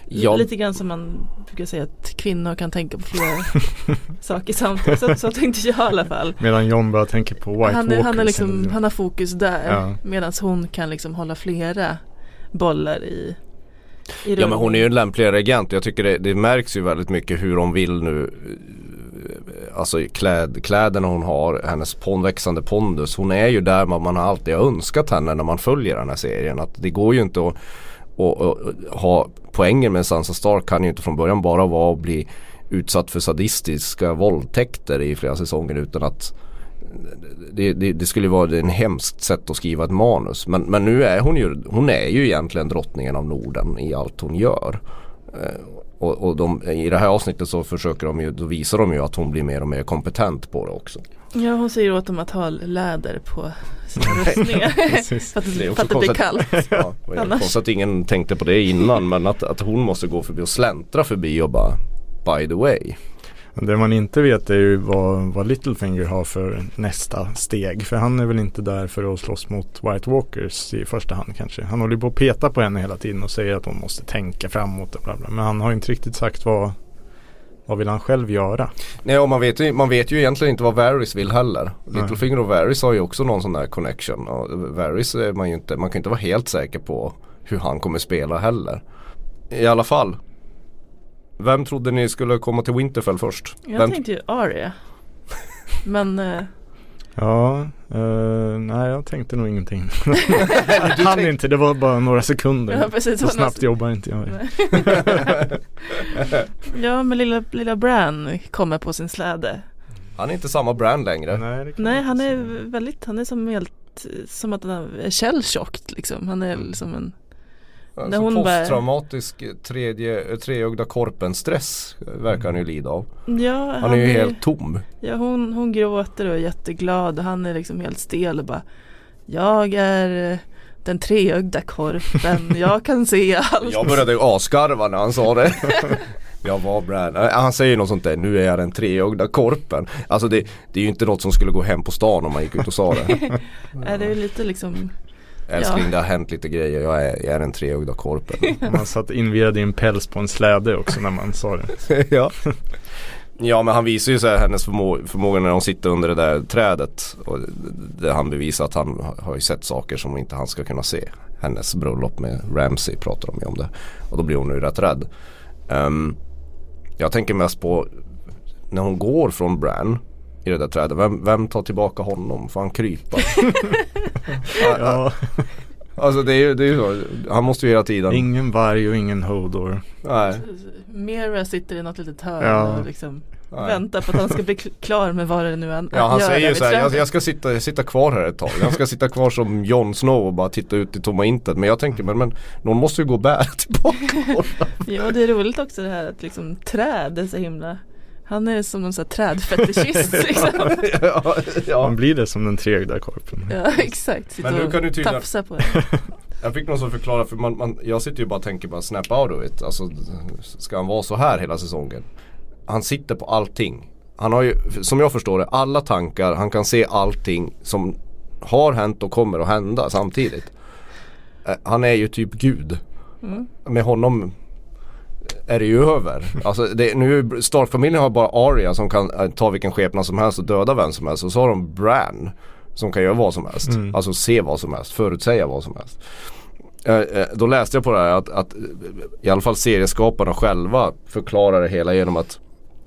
Ja. Lite grann som man brukar säga att kvinnor kan tänka på flera saker samtidigt. Så, så tänkte jag i alla fall. Medan John bara tänker på White han, Walkers. han, är liksom, han har fokus där. Ja. Medan hon kan liksom hålla flera bollar i, i Ja, men hon är ju en lämpligare regent. Jag tycker det, det märks ju väldigt mycket hur hon vill nu. Alltså kläd, kläderna hon har, hennes pondväxande pondus. Hon är ju där man, man har alltid önskat henne när man följer den här serien. Att det går ju inte att, att, att, att ha poängen med Sansa Stark kan ju inte från början bara vara att bli utsatt för sadistiska våldtäkter i flera säsonger, utan att det, det, det skulle vara en hemskt sätt att skriva ett manus. Men, men nu är hon ju, hon är ju egentligen drottningen av Norden i allt hon gör. Och, och de, i det här avsnittet så försöker de ju, då visar de ju att hon blir mer och mer kompetent på det också. Ja, hon säger åt dem att ha läder på sina rustningar för att det, för att det blir kallt. Ja, konstigt att ingen tänkte på det innan, men att, att hon måste gå förbi och släntra förbi och bara by the way. Det man inte vet är ju vad, vad Littlefinger har för nästa steg. För han är väl inte där för att slåss mot White Walkers i första hand kanske. Han håller på att peta på henne hela tiden och säger att hon måste tänka framåt och bla bla. Men han har inte riktigt sagt vad, vad vill han själv göra. Nej, och man vet, ju, man vet ju egentligen inte vad Varys vill heller. Nej. Littlefinger och Varys har ju också någon sån där connection. Och Varys är man ju inte, man kan inte vara helt säker på hur han kommer spela heller. I alla fall. Vem trodde ni skulle komma till Winterfell först? Jag Vem tänkte ju Arya. Men uh... ja, uh, nej jag tänkte nog ingenting. Han tänk... inte, det var bara några sekunder. Ja, precis, så snabbt jobbar inte jag. Ja, men lilla, lilla Bran kommer på sin släde. Han är inte samma Bran längre. Nej, Nej han är säga. väldigt, han är som helt, som att han är källtjockt liksom. Han är liksom en Alltså hon posttraumatisk bär... tredje, treögda korpen-stress verkar han ju lida av. Ja, han, han är ju är, helt tom. Ja, hon, hon gråter och är jätteglad och han är liksom helt stel och bara, jag är den treögda korpen, jag kan se allt. Jag började askarva när han sa det. Jag var Bran. Han säger något sånt där, nu är jag den treögda korpen. Alltså det, det är ju inte något som skulle gå hem på stan om man gick ut och sa det. Nej, det är lite liksom... Älskling, ja. Det har hänt lite grejer. Jag är, jag är en treögda korpen. Man satt invirad i en päls på en släde också när man sa det. Ja. Ja, men han visar ju så här hennes förmå- förmåga när de sitter under det där trädet. Och det han bevisar att han har ju sett saker som inte han ska kunna se. Hennes bröllop med Ramsay pratar de ju om det. Och då blir hon ju rätt rädd. Um, jag tänker mest på när hon går från Bran i det där trädet. Vem, vem tar tillbaka honom? Får han krypa? Ja. Alltså det är ju, det är ju så. Han måste ju hela tiden. Ingen varg och ingen Hodor. Nej. Mera sitter i något litet hörn ja. och liksom väntar på att han ska bli klar med vad det nu är. Ja, han säger ju så här, jag, jag ska sitta, sitta kvar här ett tag. Jag ska sitta kvar som Jon Snow och bara titta ut i tomma intet. Men jag tänker, men, men någon måste ju gå och bära tillbaka. Ja, det är roligt också det här att liksom träd är så himla... Han är som någon sån här trädfetischist liksom. ja, ja. Man blir det som den treögda korpen. Ja, exakt. Sitter men nu kan du tydligen... tafsa på det. Jag fick någon som förklara, för man, man, jag sitter ju bara och tänker bara snap out of it. Alltså, ska han vara så här hela säsongen? Han sitter på allting. Han har ju, som jag förstår det, alla tankar. Han kan se allting som har hänt och kommer att hända samtidigt. Han är ju typ Gud. Mm. Med honom är det ju över. Alltså det, nu Stark-familjen har bara Arya som kan ta vilken skepnad som helst och döda vem som helst. Och så har de Bran som kan göra vad som helst. Mm. Alltså se vad som helst, förutsäga vad som helst. Eh, eh, då läste jag på det här att, att i alla fall serieskaparna själva förklarar det hela genom att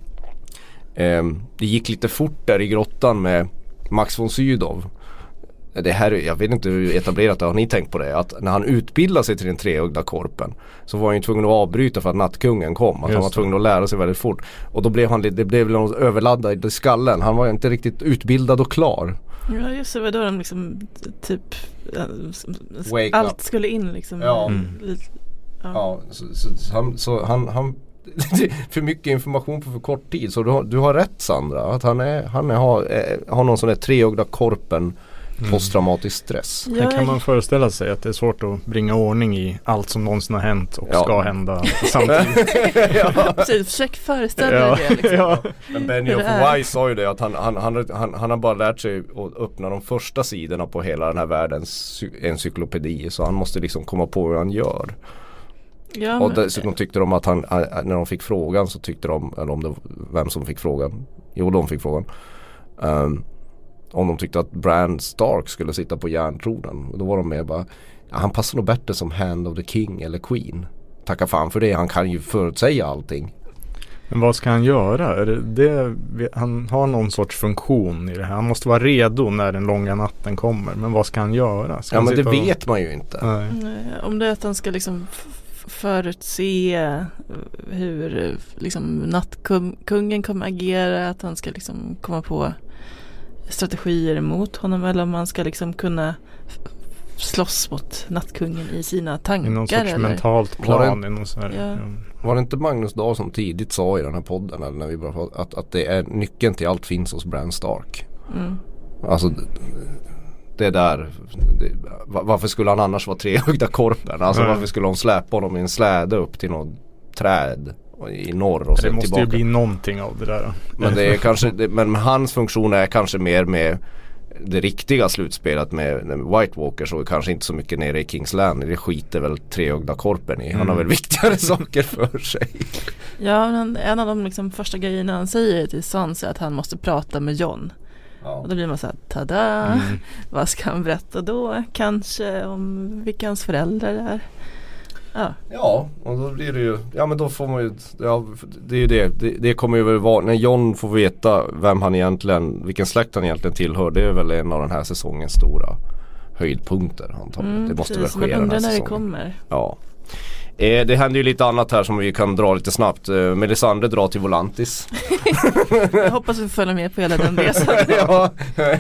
eh, det gick lite fort där i grottan med Max von Sydow. Det här, jag vet inte hur etablerat det, har ni tänkt på det? Att när han utbildade sig till den treögda korpen så var han ju tvungen att avbryta för att nattkungen kom. Att han var tvungen att lära sig väldigt fort. Och då blev han, det blev något överladdad i skallen. Han var inte riktigt utbildad och klar. Ja, just det, var då de liksom typ Wake allt up. Skulle in liksom. Ja, mm. Lite, ja. ja så, så, han, så han, han för mycket information på för kort tid. Så du har, du har rätt, Sandra, att han, är, han är, har, är, har någon sån där treögda korpen posttraumatisk stress. Mm. Här kan man föreställa sig att det är svårt att bringa ordning i allt som någonsin har hänt och ja. ska hända samtidigt. Ja. Precis, försök föreställa ja. det. Liksom. Ja. Men Benioff Weiss sa ju det att han, han, han, han, han har bara lärt sig att öppna de första sidorna på hela den här världens encyklopedi, så han måste liksom komma på hur han gör. Ja, och men... dessutom tyckte de att han, när de fick frågan så tyckte de, eller om det vem som fick frågan, jo de fick frågan, um, om de tyckte att Bran Stark skulle sitta på järntronen. Och då var de med bara, ja, han passar nog bättre som Hand of the King eller Queen. Tacka fan för det, han kan ju förutsäga allting. Men vad ska han göra? Är det, det, han har någon sorts funktion i det här. Han måste vara redo när den långa natten kommer. Men vad ska han göra? Ska ja han men det och... vet man ju inte. Nej. Om det är att han ska liksom f- förutse hur liksom nattkungen kommer agera, att han ska liksom komma på strategier mot honom, eller om man ska liksom kunna f- slåss mot nattkungen i sina tankar. I någon sorts eller? mentalt plan. Det, i någon så här, ja. Ja. Var det inte Magnus Dahl som tidigt sa i den här podden, eller när vi började, att, att det är nyckeln till allt finns hos Bran Stark. Mm. Alltså det är där det, varför skulle han annars vara trehögda korpen? Alltså mm. varför skulle de släpa honom i en släde upp till något träd i norr och Det sen måste tillbaka. ju bli någonting av det där då. Men det är kanske det, men hans funktion är kanske mer med det riktiga slutspelet med, med White Walkers och kanske inte så mycket nere i Kings Land. Det skiter väl trehögda korpen i. Han mm. har väl viktigare saker för sig. Ja, men en av de liksom första grejerna han säger till Sansa är att han måste prata med Jon. Ja. Och då blir man så här, tada, mm. vad ska han berätta då? Kanske om vilka hans föräldrar är. Ja. Ja, och då blir det ju, ja men då får man ju, ja, det är ju det, det, det kommer ju väl vara, när Jon får veta vem han egentligen, vilken släkt han egentligen tillhör, det är väl en av den här säsongens stora höjdpunkter antagligen. Mm, det måste precis, väl ske men den här när säsongen. det kommer. Ja. Eh, det händer ju lite annat här som vi kan dra lite snabbt. Eh, Melisandre drar till Volantis. Jag hoppas vi följer med på hela den resan. Ja.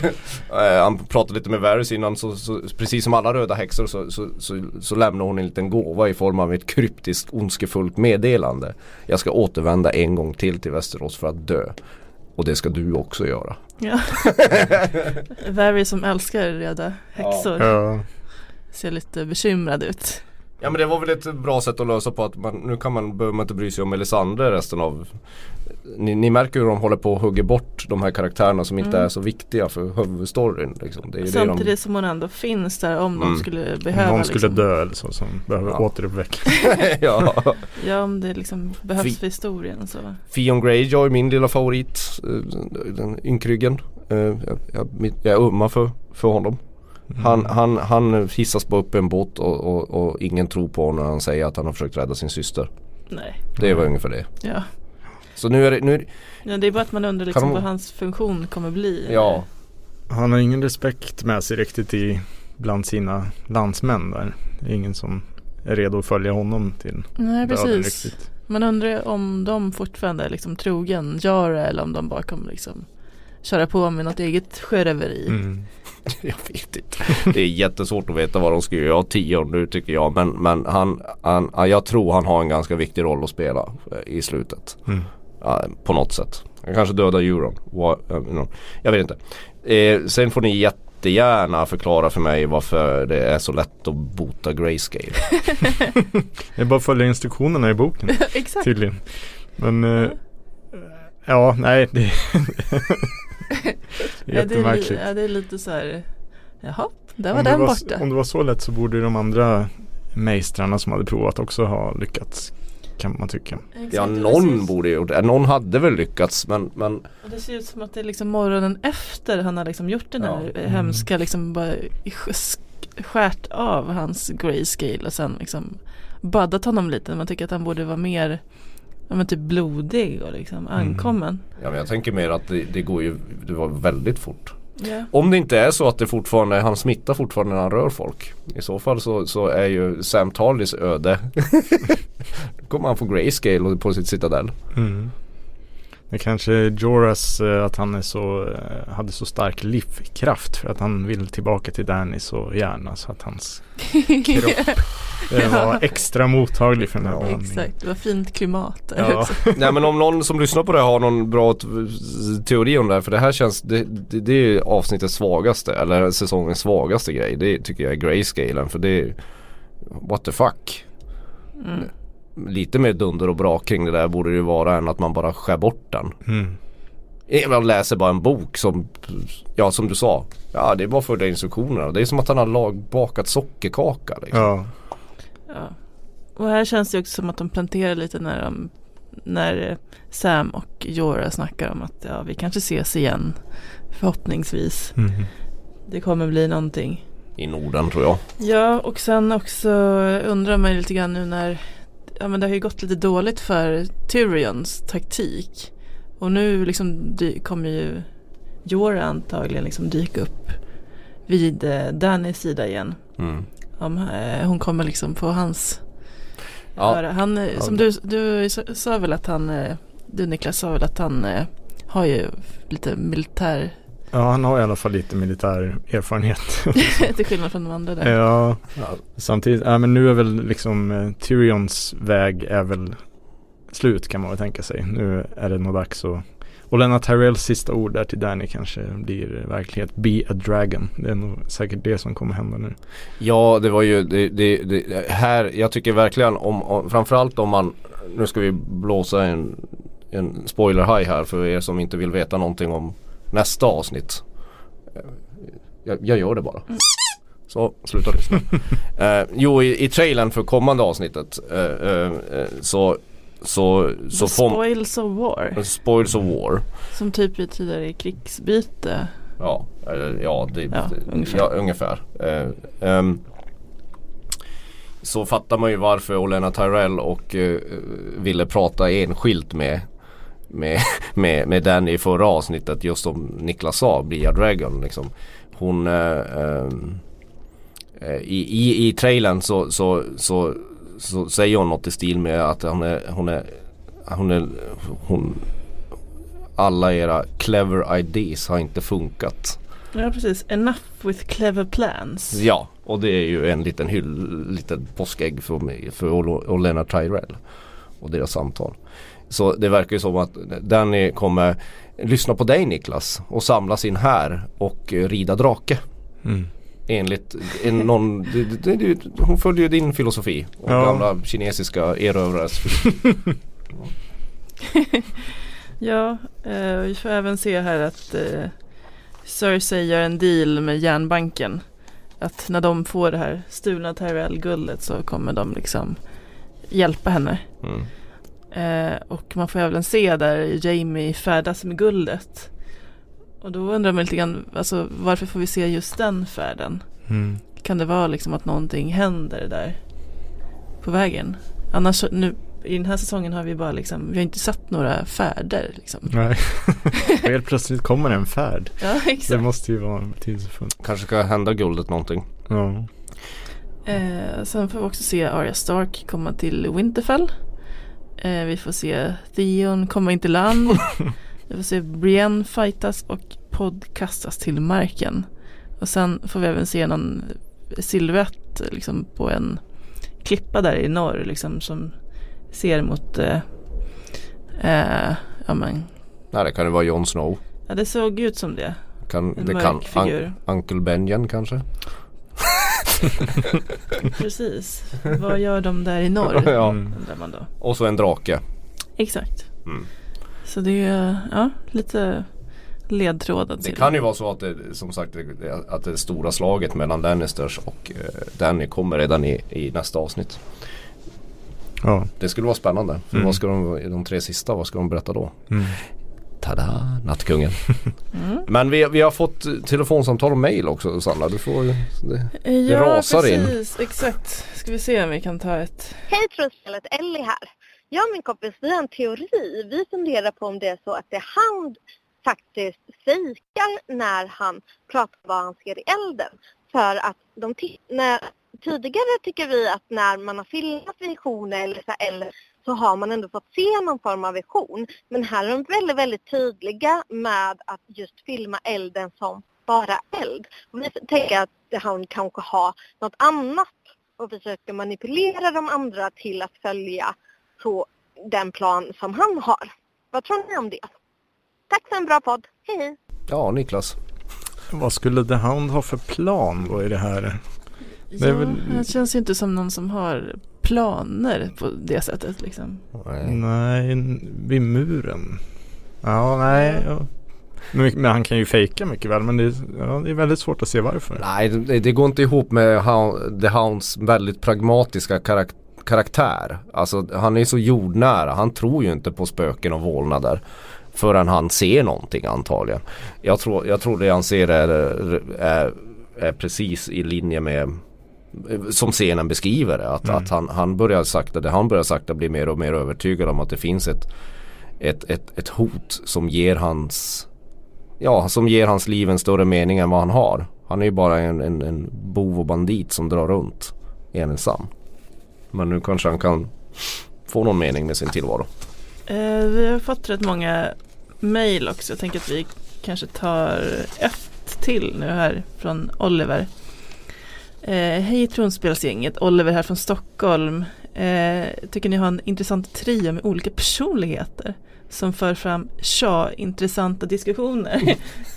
eh, han pratade lite med Varys innan, så, så, precis som alla röda häxor så, så, så, så lämnar hon en liten gåva i form av ett kryptiskt ondskefullt meddelande. Jag ska återvända en gång till till Västerås för att dö. Och det ska du också göra. Ja. Varys som älskar röda häxor. Ja. Ser lite bekymrad ut. Ja men det var väl ett bra sätt att lösa på att man, nu kan man, behöver man inte bry sig om Melisandre resten av ni, ni märker hur de håller på att hugga bort de här karaktärerna som inte mm. är så viktiga för huvudstoryn liksom. Det är ju samtidigt det de... som hon ändå finns där om Mm. de skulle behöva. Om någon skulle liksom. dö eller så som behöver Ja. återuppväcka. Ja. Ja, om det liksom behövs Fi- för historien så. Theon Greyjoy, min lilla favorit, den ynkryggen. Jag, jag, jag är umma för, för honom. Mm. Han, han, han hissas bara upp i en båt och, och, och ingen tror på honom när han säger att han har försökt rädda sin syster. Nej. Det var ungefär det. Ja. Så nu är det... Nu är det... Ja, det är bara att man undrar liksom de... vad hans funktion kommer bli. Ja. Han har ingen respekt med sig riktigt i bland sina landsmän där. Det är ingen som är redo att följa honom till Nej, döden precis. riktigt. Man undrar om de fortfarande är liksom trogen Jara eller om de bara kommer liksom köra på med något eget sjöröveri. Mm. Jag vet inte. Det är jättesvårt att veta vad de ska göra. Tio nu tycker jag. Men, men han, han, jag tror han har en ganska viktig roll att spela i slutet. Mm. Ja, på något sätt. Han kanske dödar Euron. Jag vet inte. Eh, sen får ni jättegärna förklara för mig varför det är så lätt att bota grayscale. Det är bara att följa instruktionerna i boken. Exakt. Tydligen. Men eh, ja, nej det är ja, det, är, jättemärkligt. ja, det är lite så här. Jaha, där var om den det var, borta. Om det var så lätt så borde de andra mejstrarna som hade provat också ha lyckats, kan man tycka. Exakt, Ja, och det någon ser- borde ju. Någon hade väl lyckats, men, men och det ser ut som att det är liksom morgonen efter han har liksom gjort den här Ja. mm. hemska liksom bara sk- skärt av hans grayscale och sen liksom baddat honom lite. Man tycker att han borde vara mer ja, men typ blodig och liksom ankommen. ja, men jag tänker mer att det, det går ju, det var väldigt fort. Ja. Om det inte är så att det fortfarande, han smittar fortfarande när han rör folk. I så fall så, så är ju Sam Tarlys öde. Då kommer han få grayscale på sitt citadell. Mm. Det kanske Jorahs eh, att han är så, eh, hade så stark livskraft för att han vill tillbaka till Dany så gärna så att hans kropp eh, var extra mottaglig för den här Ja, behandlingen. Exakt, det var fint klimat där Ja. också. Nej, men om någon som lyssnar på det har någon bra t- teori om det här, för det här känns, det, det, det är avsnittets svagaste, eller säsongens svagaste grej. Det tycker jag är grayscalen, för det är what the fuck. Mm. Lite mer dunder och bra kring det där borde det ju vara än att man bara skär bort den. Mm. Man läser bara en bok som, ja som du sa, ja det är bara för de instruktionerna. Det är som att han har lag bakat sockerkaka liksom. Ja. Ja. Och här känns det också som att de planterar lite när de när Sam och Jorah snackar om att ja, vi kanske ses igen förhoppningsvis. Mm. Det kommer bli någonting i Norden, tror jag. Ja, och sen också undrar man lite grann nu när ja, men det har ju gått lite dåligt för Tyrions taktik. Och nu liksom dy- kommer ju Jorah antagligen liksom dyka upp vid eh, Dannys sida igen. Mm. Om, eh, hon kommer liksom på hans ja. höra. Han, ja. Som du, du sa, sa väl att han eh, du Niklas sa väl att han eh, har ju lite militär. Ja, han har i alla fall lite militär erfarenhet. Till skillnad från de andra där. Ja, ja. Samtidigt, ja, men nu är väl liksom eh, Tyrions väg är väl slut, kan man väl tänka sig. Nu är det nog dags att och Lena Tyrells sista ord där till Dany kanske blir verklighet. Be a dragon. Det är nog säkert det som kommer hända nu. Ja, det var ju det, det, det, här, jag tycker verkligen om, om framförallt om man, nu ska vi blåsa en, en spoiler high här för er som inte vill veta någonting om nästa avsnitt. Jag, jag gör det bara. Så, sluta lyssna. uh, jo, i, i trailern för kommande avsnittet uh, uh, uh, så så, så Spoils of War. Spoils of War. Som typ betyder i krigsbyte. Ja, uh, ja, det, ja, det, ungefär. Ja, ungefär. Uh, um, så fattar man ju varför Olenna Tyrell och uh, ville prata enskilt med med, med, med Dany i förra avsnittet, just som Niklas sa, Bria Dragon liksom. Hon uh, um, uh, i, i, i trailern så, så, så, så säger hon något i stil med att hon är, hon är, hon är hon, alla era clever ideas har inte funkat. Ja, precis. Enough with clever plans. Ja, och det är ju en liten hyll, liten påskägg för mig, för Olenna Tyrell och deras samtal. Så det verkar ju som att Dany kommer lyssna på dig, Niklas, och samla sin här och rida drake. Mm. Enligt en, någon, det, det, det, hon följer ju din filosofi och ja. Gamla kinesiska erövrares. Ja, eh, vi får även se här att eh, Cersei gör en deal med järnbanken. Att när de får det här stulna Tyrell-guldet så kommer de liksom hjälpa henne. Mm. Eh, och man får även se där Jaime färdas med guldet. Och då undrar man lite grann, alltså, varför får vi se just den färden? Mm. Kan det vara liksom att någonting händer där på vägen? Annars nu i den här säsongen har vi bara liksom, vi har inte satt några färder liksom. Nej. Helt plötsligt kommer en färd. Ja, exakt. Det måste ju vara betydelsefullt. Kanske ska hända guldet någonting. Ja. Eh, sen får vi också se Arya Stark komma till Winterfell. Eh, vi får se Theon komma in till land. Vi får se Brienne fightas och Pod kastas till marken. Och sen får vi även se någon silhuett liksom på en klippa där i norr liksom, som ser mot eh, eh, ja men nej, det kan ju vara Jon Snow. Ja, det såg ut som det. Kan, det kan un- Uncle Benjen kanske. Precis. Vad gör de där i norr? Ja. Undrar man då. Och så en drake. Exakt. Mm. Så det är ja, lite ledtrådat. Det kan ju vara så att det, som sagt, att det stora slaget mellan Lannisters och eh, Dany kommer redan i, i nästa avsnitt. Ja. Det skulle vara spännande. För mm. vad ska de, de tre sista, vad ska de berätta då? Mm. Tada, nattkungen. Mm. Men vi, vi har fått telefonsamtal och mejl också, Sanna. Du får, det, det ja, rasar precis, in. Exakt. Ska vi se om vi kan ta ett... Hej tröskelet, Ellie här. Jag och min kompis, vi har en teori. Vi funderar på om det är så att det Hound faktiskt fejkar när han pratar vad han ser i elden. För att de t- när, tidigare tycker vi att när man har filmat visioner eller så, eller så har man ändå fått se någon form av vision. Men här är de väldigt, väldigt tydliga med att just filma elden som bara eld. Och vi tänker att The Hound kanske har något annat och försöker manipulera de andra till att följa på den plan som han har. Vad tror ni om det? Tack för en bra podd. Hej! Ja, Niklas. Vad skulle The Hound ha för plan då i det här? Det är ja, väl... det känns ju inte som någon som har planer på det sättet liksom. Nej, nej vid muren. Ja, nej. Ja. Men han kan ju fejka mycket väl, men det är, ja, det är väldigt svårt att se varför. Nej, det, det går inte ihop med Hound, The Hounds väldigt pragmatiska karak- karaktär. Alltså han är så jordnära. Han tror ju inte på spöken och vålnader förrän han ser någonting antagligen. Jag tror, jag tror det han ser är, är, är precis i linje med som scenen beskriver det. Att, mm. att han, han börjar sakta det han börjar sakta bli mer och mer övertygad om att det finns ett, ett, ett, ett hot som ger hans ja, som ger hans liv en större mening än vad han har. Han är ju bara en, en, en bov och bandit som drar runt ensam. Men nu kanske han kan få någon mening med sin tillvaro. Eh, vi har fått rätt många mejl också. Jag tänker att vi kanske tar ett till nu här från Oliver. Eh, Hej Tronspelsgänget, Oliver här från Stockholm. Eh, tycker ni har en intressant trio med olika personligheter som för fram tja, intressanta diskussioner.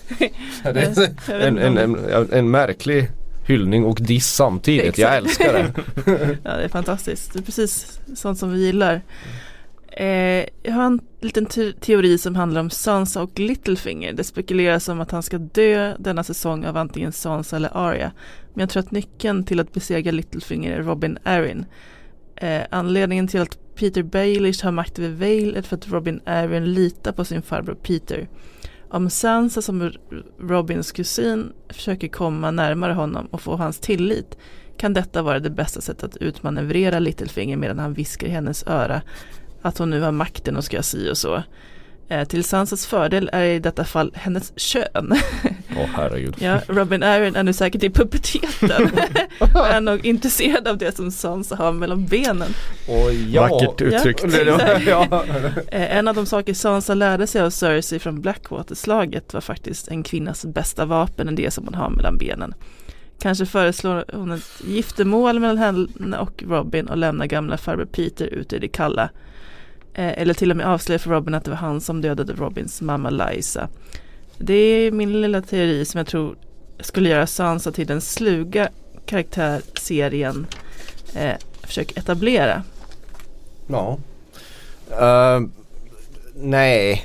en, en, en, en märklig hyllning och diss samtidigt. Exakt. Jag älskar det. Ja, det är fantastiskt. Det är precis sånt som vi gillar. Eh, jag har en liten te- teori som handlar om Sansa och Littlefinger. Det spekuleras om att han ska dö denna säsong av antingen Sansa eller Arya. Men jag tror att nyckeln till att besegra Littlefinger är Robin Arryn. Eh, anledningen till att Peter Baelish har makt över Vale är för att Robin Arryn litar på sin farbror Peter. Om Sansa som Robins kusin försöker komma närmare honom och få hans tillit kan detta vara det bästa sättet att utmanövrera Littlefinger medan han viskar i hennes öra att hon nu har makten och ska si och så. Eh, till Sansas fördel är i detta fall hennes kön. Åh oh, herregud. Ja, Robin Arryn är nu säkert i puberteten. Och är nog intresserad av det som Sansa har mellan benen. Oh, ja. Vackert uttryckt. Ja, ja. eh, en av de saker Sansa lärde sig av Cersei från Blackwater-slaget var faktiskt en kvinnas bästa vapen än det som hon har mellan benen. Kanske föreslår hon ett giftermål mellan henne och Robin och lämnar gamla farbror Peter ute i det kalla. Eh, eller till och med avslöjar för Robin att det var han som dödade Robins mamma Lysa. Det är min lilla teori som jag tror skulle göra Sansa till den sluga karaktärserien eh, försöker etablera. Ja. Uh, nej.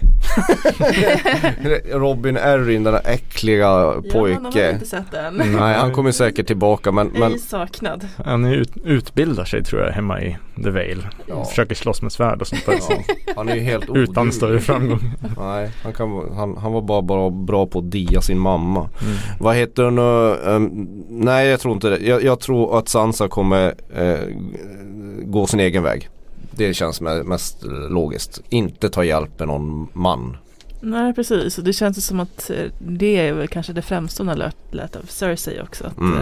Robin Arryn, den där äckliga pojke. Ja, han har inte sett den. Nej, han kommer säkert tillbaka. Men, men... Ej saknad. Han ut, utbildar sig tror jag hemma i The Vale. Ja. Försöker slåss med svärd och sånt där. Ja. Han är ju helt utan större framgång. Nej, han, kan, han, han var bara, bara bra på att dia sin mamma. Mm. Vad heter hon? Um, nej, jag tror inte det. Jag, jag tror att Sansa kommer uh, gå sin egen väg. Det känns mest logiskt. Inte ta hjälp med någon man. Nej, precis. Och det känns som att det är väl kanske det främsta hon har lärt, lärt av Cersei också. Att mm.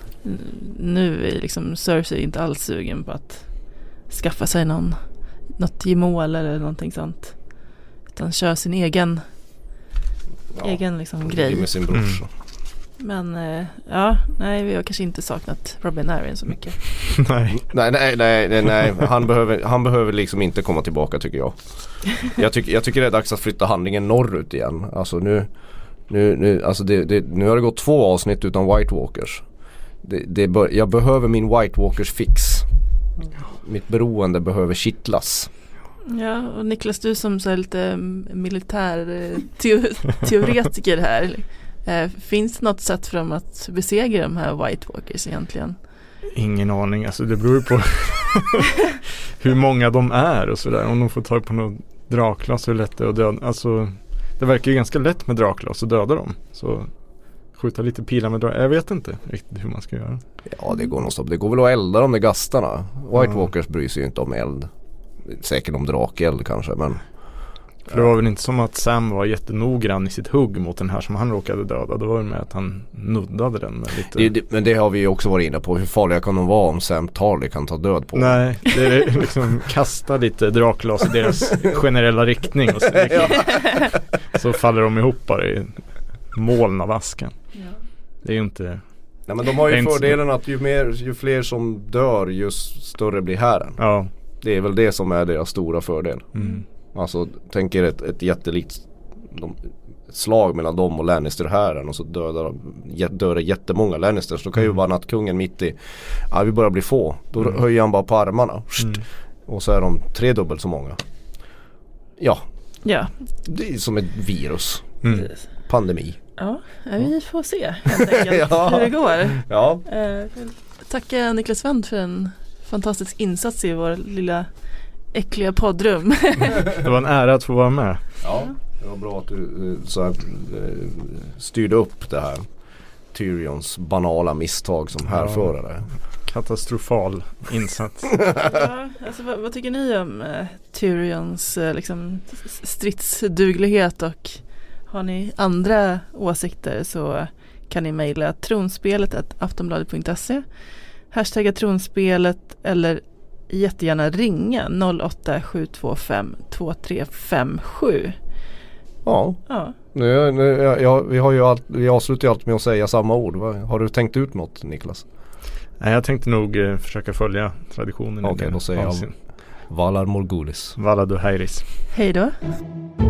Nu är liksom Cersei inte alls sugen på att skaffa sig någon, något gemål eller någonting sånt. Utan kör sin egen, ja, egen liksom grej. Med sin brorsa. Mm. Men ja, nej, vi har kanske inte saknat Robin Arryn så mycket. nej. nej, nej, nej, nej, nej. Han behöver, han behöver liksom inte komma tillbaka tycker jag. Jag tycker, jag tycker det är dags att flytta handlingen norrut igen. Alltså nu, nu, nu, alltså det, det, nu har det gått två avsnitt utan White Walkers. Det, det bör, jag behöver min White Walkers fix. Mitt beroende behöver kittlas. Ja, och Niklas, du som så är lite militär teo- teoretiker här. Eh, finns det något sätt för dem att besegra de här White Walkers egentligen? Ingen aning, alltså det beror ju på hur många de är och sådär. Om de får tag på något draklas så är det lätt att döda. Alltså det verkar ju ganska lätt med draklas att döda dem. Så skjuta lite pilar med draklas. Jag vet inte riktigt hur man ska göra. Ja, det går någonstans. Det går väl att elda dem med gastarna. White mm. Walkers bryr sig ju inte om eld. Säkert om drakeld kanske, men... För det var väl inte som att Sam var jättenoggrann i sitt hugg mot den här som han råkade döda. Det var väl med att han nuddade den med lite... Det, det, men det har vi ju också varit inne på. Hur farliga kan de vara om Sam Tarly kan ta död på? Nej, det är liksom kasta lite draklas i deras generella riktning och så, liksom, så faller de ihop bara i moln av askan. Ja. Det är ju inte... Nej, men de har ju fördelen att ju, mer, ju fler som dör ju större blir hären. Ja. Det är väl det som är deras stora fördel. Mm. Alltså tänker ett, ett jättelikt de, ett slag mellan dem och Lannister-hären och så dödar, dör det jättemånga Lannisters. Då kan ju vara nattkungen mitt i, ja vi börjar bli få. Då mm. höjer han bara på armarna. Mm. Och så är de tre dubbelt så många. Ja. Ja. Det är som ett virus. Mm. Pandemi. Ja, vi får se helt enkelt ja. hur det går. Ja. Eh, tacka Niklas Wendt för en fantastisk insats i vår lilla äckliga poddrum. Det var en ära att få vara med. Ja, det var bra att du så här, styrde upp det här Tyrions banala misstag som härförare. Katastrofal insats. Ja, alltså, vad, vad tycker ni om eh, Tyrions eh, liksom, stridsduglighet, och har ni andra åsikter så kan ni mejla tronspelet at aftonbladet punkt se, hashtagga tronspelet eller jättegärna ringa noll åtta sju två fem två tre fem sju. Ja, ja. Nu, nu, ja vi har ju allt, vi avslutar ju allt med att säga samma ord. Har du tänkt ut något, Niklas? Nej, jag tänkte nog eh, försöka följa traditionen. Okej, okay, då säger jag Valar Morghulis. Valar Dohairis. Hej då.